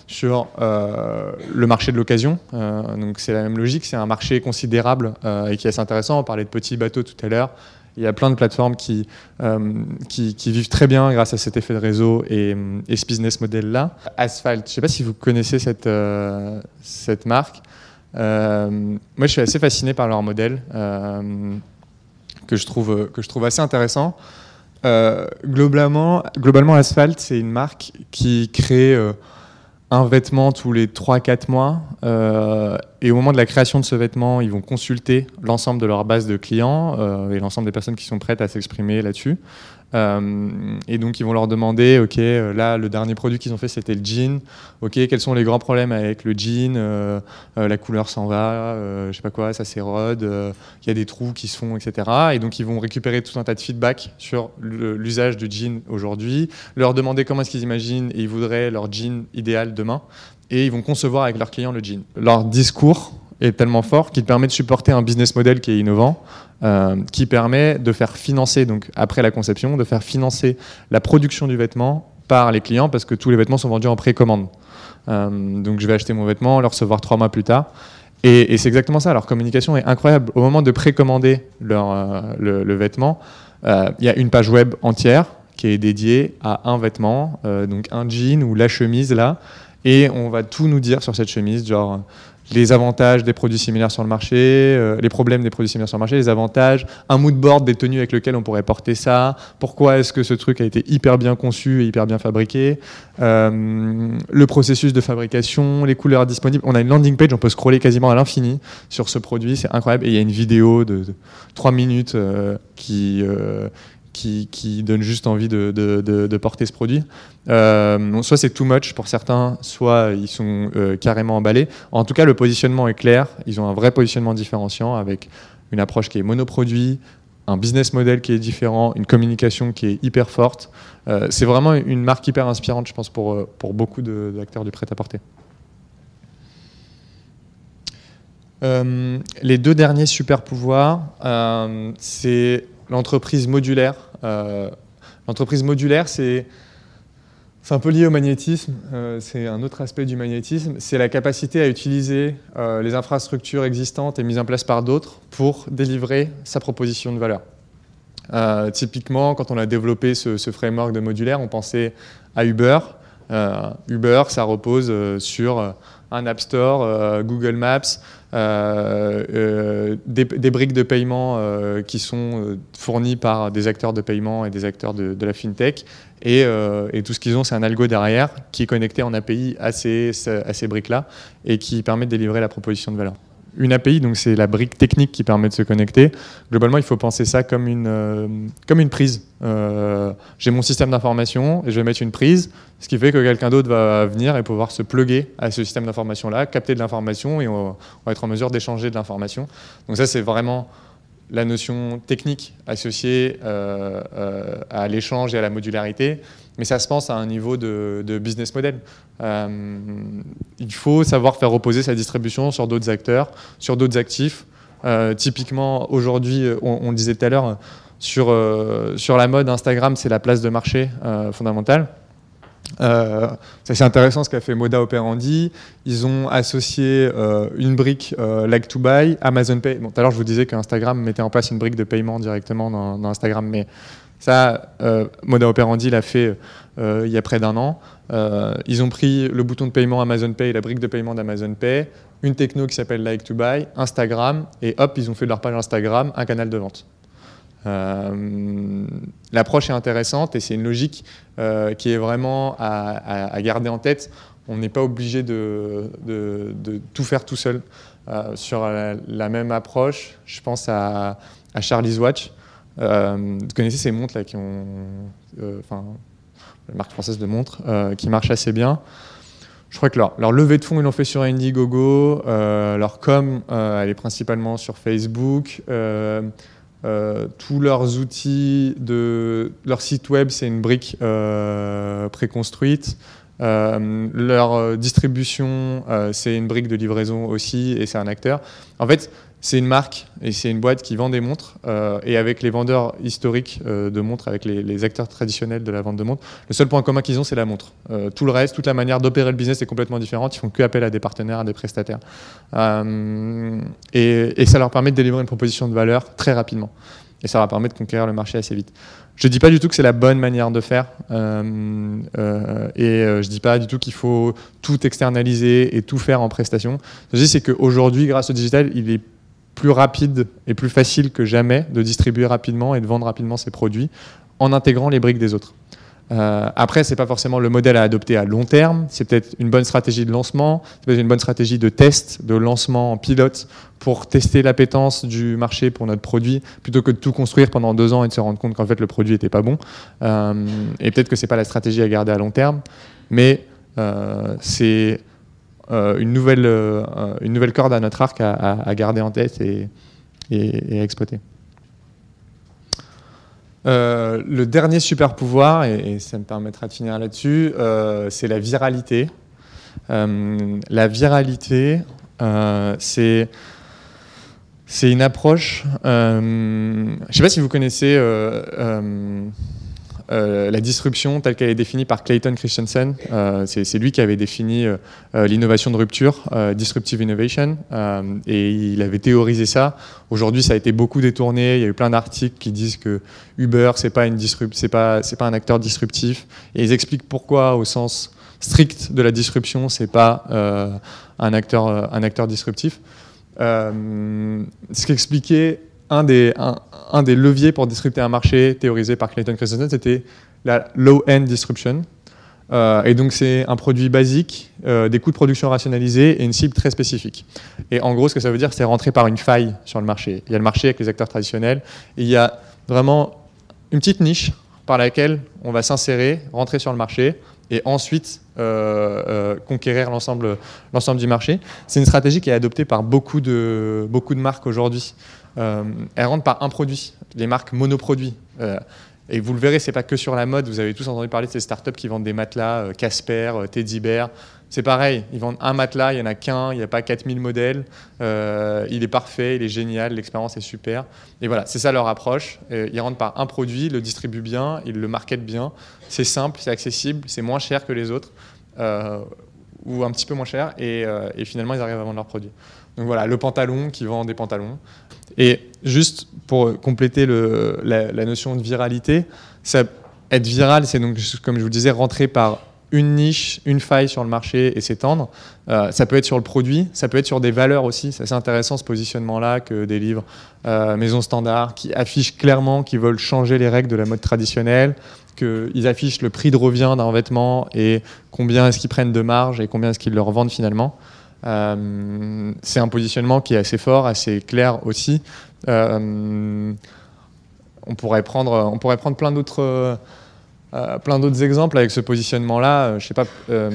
sur euh, le marché de l'occasion. Euh, donc c'est la même logique, c'est un marché considérable euh, et qui est assez intéressant. On parlait de petits bateaux tout à l'heure. Il y a plein de plateformes qui, euh, qui, qui vivent très bien grâce à cet effet de réseau et, et ce business model-là. Asphalt, je ne sais pas si vous connaissez cette, euh, cette marque. Euh, moi, je suis assez fasciné par leur modèle, euh, que, je trouve, que je trouve assez intéressant. Euh, globalement, globalement, Asphalt, c'est une marque qui crée euh, un vêtement tous les trois à quatre mois. Euh, et au moment de la création de ce vêtement, ils vont consulter l'ensemble de leur base de clients euh, et l'ensemble des personnes qui sont prêtes à s'exprimer là-dessus. Euh, et donc, ils vont leur demander, OK, euh, là, le dernier produit qu'ils ont fait, c'était le jean. OK, quels sont les grands problèmes avec le jean euh, euh, La couleur s'en va, euh, je sais pas quoi, ça s'érode, il euh, y a des trous qui se font, et cetera. Et donc, ils vont récupérer tout un tas de feedback sur l'usage du jean aujourd'hui, leur demander comment est-ce qu'ils imaginent et ils voudraient leur jean idéal demain. Et ils vont concevoir avec leurs clients le jean. Leur discours est tellement fort qu'il permet de supporter un business model qui est innovant, euh, qui permet de faire financer, donc après la conception, de faire financer la production du vêtement par les clients parce que tous les vêtements sont vendus en précommande. Euh, donc je vais acheter mon vêtement, le recevoir trois mois plus tard. Et, et c'est exactement ça, leur communication est incroyable. Au moment de précommander leur, euh, le, le vêtement, euh, il y a une page web entière qui est dédiée à un vêtement, euh, donc un jean ou la chemise là, et on va tout nous dire sur cette chemise, genre les avantages des produits similaires sur le marché, euh, les problèmes des produits similaires sur le marché, les avantages, un mood board des tenues avec lequel on pourrait porter ça, pourquoi est-ce que ce truc a été hyper bien conçu et hyper bien fabriqué, euh, le processus de fabrication, les couleurs disponibles. On a une landing page, on peut scroller quasiment à l'infini sur ce produit, c'est incroyable. Et il y a une vidéo de, de trois minutes euh, qui... Euh, Qui, qui donne juste envie de, de, de, de porter ce produit. Euh, soit c'est too much pour certains, soit ils sont euh, carrément emballés. En tout cas, le positionnement est clair. Ils ont un vrai positionnement différenciant avec une approche qui est monoproduit, un business model qui est différent, une communication qui est hyper forte. Euh, c'est vraiment une marque hyper inspirante, je pense, pour, pour beaucoup d'acteurs du prêt-à-porter. Euh, les deux derniers super pouvoirs, euh, c'est l'entreprise modulaire. Euh, l'entreprise modulaire, c'est un peu lié au magnétisme, euh, c'est un autre aspect du magnétisme, c'est la capacité à utiliser euh, les infrastructures existantes et mises en place par d'autres pour délivrer sa proposition de valeur. Euh, typiquement, quand on a développé ce, ce framework de modulaire, on pensait à Uber. Euh, Uber, ça repose euh, sur un App Store, euh, Google Maps, euh, euh, des, des briques de paiement euh, qui sont euh, fournies par des acteurs de paiement et des acteurs de, de la fintech. Et, euh, et tout ce qu'ils ont, c'est un algo derrière qui est connecté en A P I à ces, à ces briques-là et qui permet de délivrer la proposition de valeur. Une A P I, donc c'est la brique technique qui permet de se connecter. Globalement, il faut penser ça comme une, euh, comme une prise. Euh, j'ai mon système d'information et je vais mettre une prise, ce qui fait que quelqu'un d'autre va venir et pouvoir se plugger à ce système d'information-là, capter de l'information et on, on va être en mesure d'échanger de l'information. Donc ça, c'est vraiment la notion technique associée euh, euh, à l'échange et à la modularité, mais ça se pense à un niveau de, de business model. Euh, il faut savoir faire reposer sa distribution sur d'autres acteurs, sur d'autres actifs. Euh, typiquement, aujourd'hui, on, on le disait tout à l'heure, sur, euh, sur la mode, Instagram, c'est la place de marché euh, fondamentale. Euh, c'est intéressant ce qu'a fait Moda Operandi. Ils ont associé euh, une brique euh, Like to Buy, Amazon Pay. Bon, tout à l'heure, je vous disais qu'Instagram mettait en place une brique de paiement directement dans, dans Instagram, mais ça, euh, Moda Operandi l'a fait euh, il y a près d'un an. Euh, ils ont pris le bouton de paiement Amazon Pay, la brique de paiement d'Amazon Pay, une techno qui s'appelle Like to Buy, Instagram, et hop, ils ont fait de leur page Instagram un canal de vente. Euh, L'approche est intéressante et c'est une logique euh, qui est vraiment à, à, à garder en tête. On n'est pas obligé de, de, de tout faire tout seul. Euh, sur la, la même approche, je pense à, à Charlie's Watch. Euh, vous connaissez ces montres là qui ont, euh, enfin, la marque française de montres euh, qui marche assez bien. Je crois que leur, leur levée de fonds, ils l'ont fait sur Indiegogo. Euh, leur com, euh, elle est principalement sur Facebook. Euh, Euh, tous leurs outils, de leur site web, c'est une brique euh, préconstruite. Euh, leur distribution, euh, c'est une brique de livraison aussi, et c'est un acteur. En fait, c'est une marque et c'est une boîte qui vend des montres. Euh, et avec les vendeurs historiques euh, de montres, avec les, les acteurs traditionnels de la vente de montres, le seul point commun qu'ils ont, c'est la montre. Euh, tout le reste, toute la manière d'opérer le business est complètement différente. Ils font que appel à des partenaires, à des prestataires. Euh, et, et ça leur permet de délivrer une proposition de valeur très rapidement. Et ça leur permet de conquérir le marché assez vite. Je ne dis pas du tout que c'est la bonne manière de faire. Euh, euh, et euh, je ne dis pas du tout qu'il faut tout externaliser et tout faire en prestation. Ce que je dis, c'est qu'aujourd'hui, grâce au digital, il est plus rapide et plus facile que jamais de distribuer rapidement et de vendre rapidement ses produits en intégrant les briques des autres. Euh, après, ce n'est pas forcément le modèle à adopter à long terme. C'est peut-être une bonne stratégie de lancement, c'est peut-être une bonne stratégie de test, de lancement en pilote pour tester l'appétence du marché pour notre produit, plutôt que de tout construire pendant deux ans et de se rendre compte qu'en fait le produit n'était pas bon. Euh, et peut-être que ce n'est pas la stratégie à garder à long terme, mais euh, c'est euh, une, nouvelle, euh, une nouvelle corde à notre arc à, à, à garder en tête et, et, et à exploiter. Euh, le dernier super pouvoir, et, et ça me permettra de finir là-dessus, euh, c'est la viralité. Euh, la viralité, euh, c'est c'est une approche. Euh, je ne sais pas si vous connaissez euh, euh, euh, la disruption telle qu'elle est définie par Clayton Christensen. Euh, c'est lui qui avait défini euh, l'innovation de rupture, euh, disruptive innovation, euh, et il avait théorisé ça. Aujourd'hui, ça a été beaucoup détourné. Il y a eu plein d'articles qui disent que Uber, c'est pas une disrupt, c'est pas, c'est pas un acteur disruptif. Et ils expliquent pourquoi, au sens strict de la disruption, c'est pas euh, un acteur, un acteur disruptif. Euh, ce qu'expliquait un des, un, un des leviers pour disrupter un marché théorisé par Clayton Christensen, c'était la low-end disruption. Euh, et donc c'est un produit basique, euh, des coûts de production rationalisés et une cible très spécifique. Et en gros, ce que ça veut dire, c'est rentrer par une faille sur le marché. Il y a le marché avec les acteurs traditionnels, et il y a vraiment une petite niche par laquelle on va s'insérer, rentrer sur le marché, et ensuite euh, euh, conquérir l'ensemble l'ensemble du marché. C'est une stratégie qui est adoptée par beaucoup de, beaucoup de marques aujourd'hui. Euh, elles rentrent par un produit, les marques monoproduits. Euh, Et vous le verrez, c'est pas que sur la mode. Vous avez tous entendu parler de ces startups qui vendent des matelas, euh, Casper, euh, Teddy Bear. C'est pareil, ils vendent un matelas, il n'y en a qu'un, il n'y a pas quatre mille modèles. Euh, il est parfait, il est génial, l'expérience est super. Et voilà, c'est ça leur approche. Euh, ils rentrent par un produit, le distribuent bien, ils le marketent bien. C'est simple, c'est accessible, c'est moins cher que les autres, euh, ou un petit peu moins cher. Et, euh, et finalement, ils arrivent à vendre leurs produits. Donc voilà, le pantalon qui vend des pantalons. Et juste pour compléter le, la, la notion de viralité, ça, être viral, c'est donc, comme je vous le disais, rentrer par une niche, une faille sur le marché et s'étendre. Euh, ça peut être sur le produit, ça peut être sur des valeurs aussi. C'est assez intéressant ce positionnement-là que des livres euh, Maison Standard qui affichent clairement qu'ils veulent changer les règles de la mode traditionnelle, qu'ils affichent le prix de revient d'un vêtement et combien est-ce qu'ils prennent de marge et combien est-ce qu'ils le revendent finalement. Euh, c'est un positionnement qui est assez fort, assez clair aussi. Euh, on pourrait prendre, on pourrait prendre plein d'autres, euh, plein d'autres exemples avec ce positionnement-là. Je sais pas. Euh,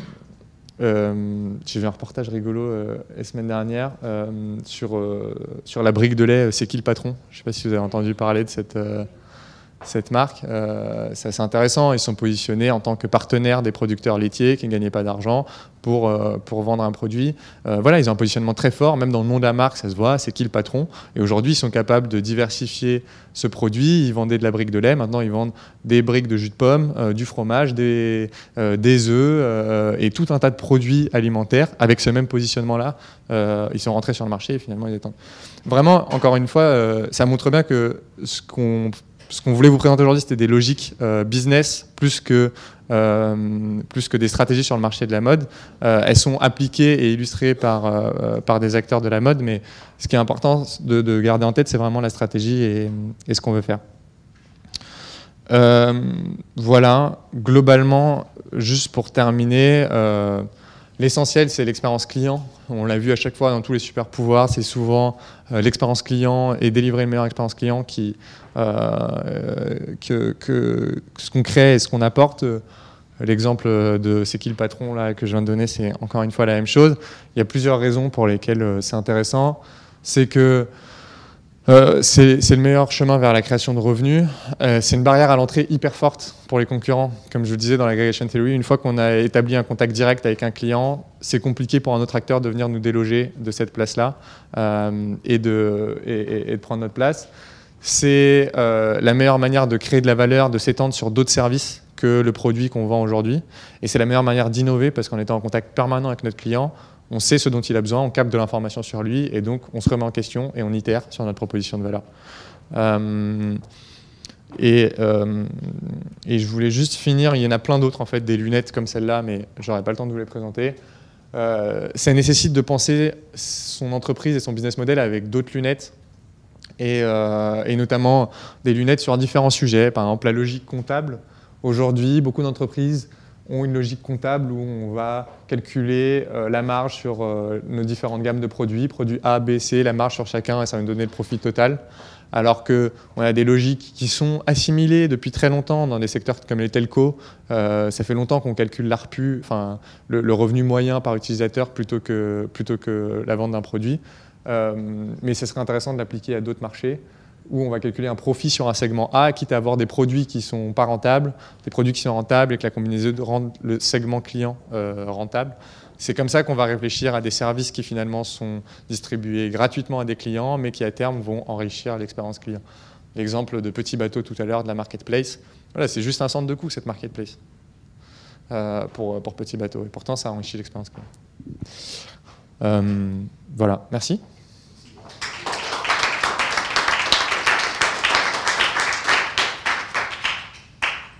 euh, j'ai vu un reportage rigolo euh, la semaine dernière euh, sur euh, sur la brique de lait. C'est qui le patron? Je sais pas si vous avez entendu parler de cette. Euh, cette marque. Euh, c'est assez intéressant. Ils sont positionnés en tant que partenaires des producteurs laitiers qui ne gagnaient pas d'argent pour, euh, pour vendre un produit. Euh, voilà, ils ont un positionnement très fort, même dans le nom de la marque, ça se voit, c'est qui le patron. Et aujourd'hui, ils sont capables de diversifier ce produit. Ils vendaient de la brique de lait, maintenant ils vendent des briques de jus de pomme, euh, du fromage, des, euh, des œufs euh, et tout un tas de produits alimentaires avec ce même positionnement-là. Euh, ils sont rentrés sur le marché et finalement ils étendent. Vraiment, encore une fois, euh, ça montre bien que ce qu'on Ce qu'on voulait vous présenter aujourd'hui, c'était des logiques euh, business plus que, euh, plus que des stratégies sur le marché de la mode. Euh, elles sont appliquées et illustrées par, euh, par des acteurs de la mode, mais ce qui est important de, de garder en tête, c'est vraiment la stratégie et, et ce qu'on veut faire. Euh, voilà, globalement, juste pour terminer, euh, l'essentiel, c'est l'expérience client. On l'a vu à chaque fois dans tous les super pouvoirs, c'est souvent euh, l'expérience client et délivrer une meilleure expérience client qui, euh, que, que, que ce qu'on crée et ce qu'on apporte. L'exemple de c'est qui le patron là, que je viens de donner, c'est encore une fois la même chose. Il y a plusieurs raisons pour lesquelles c'est intéressant. C'est que Euh, c'est le meilleur chemin vers la création de revenus. Euh, c'est une barrière à l'entrée hyper forte pour les concurrents. Comme je vous le disais dans l'aggregation theory, une fois qu'on a établi un contact direct avec un client, c'est compliqué pour un autre acteur de venir nous déloger de cette place-là euh, et, de, et, et de prendre notre place. C'est euh, la meilleure manière de créer de la valeur, de s'étendre sur d'autres services que le produit qu'on vend aujourd'hui. Et c'est la meilleure manière d'innover parce qu'en étant en contact permanent avec notre client, on sait ce dont il a besoin, on capte de l'information sur lui et donc on se remet en question et on itère sur notre proposition de valeur. Euh, et, euh, et je voulais juste finir, il y en a plein d'autres en fait, des lunettes comme celle-là, mais j'aurais pas le temps de vous les présenter. Euh, ça nécessite de penser son entreprise et son business model avec d'autres lunettes et, euh, et notamment des lunettes sur différents sujets, par exemple la logique comptable. Aujourd'hui, beaucoup d'entreprises ont une logique comptable où on va calculer euh, la marge sur euh, nos différentes gammes de produits, produits A, B, C, la marge sur chacun et ça va nous donner le profit total. Alors qu'on a des logiques qui sont assimilées depuis très longtemps dans des secteurs comme les telcos. Euh, ça fait longtemps qu'on calcule l'A R P U, enfin, le, le revenu moyen par utilisateur plutôt que, plutôt que la vente d'un produit. Euh, mais ce serait intéressant de l'appliquer à d'autres marchés, où on va calculer un profit sur un segment A, quitte à avoir des produits qui ne sont pas rentables, des produits qui sont rentables et que la combinaison rende le segment client euh, rentable. C'est comme ça qu'on va réfléchir à des services qui finalement sont distribués gratuitement à des clients, mais qui à terme vont enrichir l'expérience client. L'exemple de Petit Bateau tout à l'heure de la marketplace, voilà, c'est juste un centre de coût cette marketplace euh, pour, pour Petit Bateau. Et pourtant, ça enrichit l'expérience client. Euh, voilà, merci.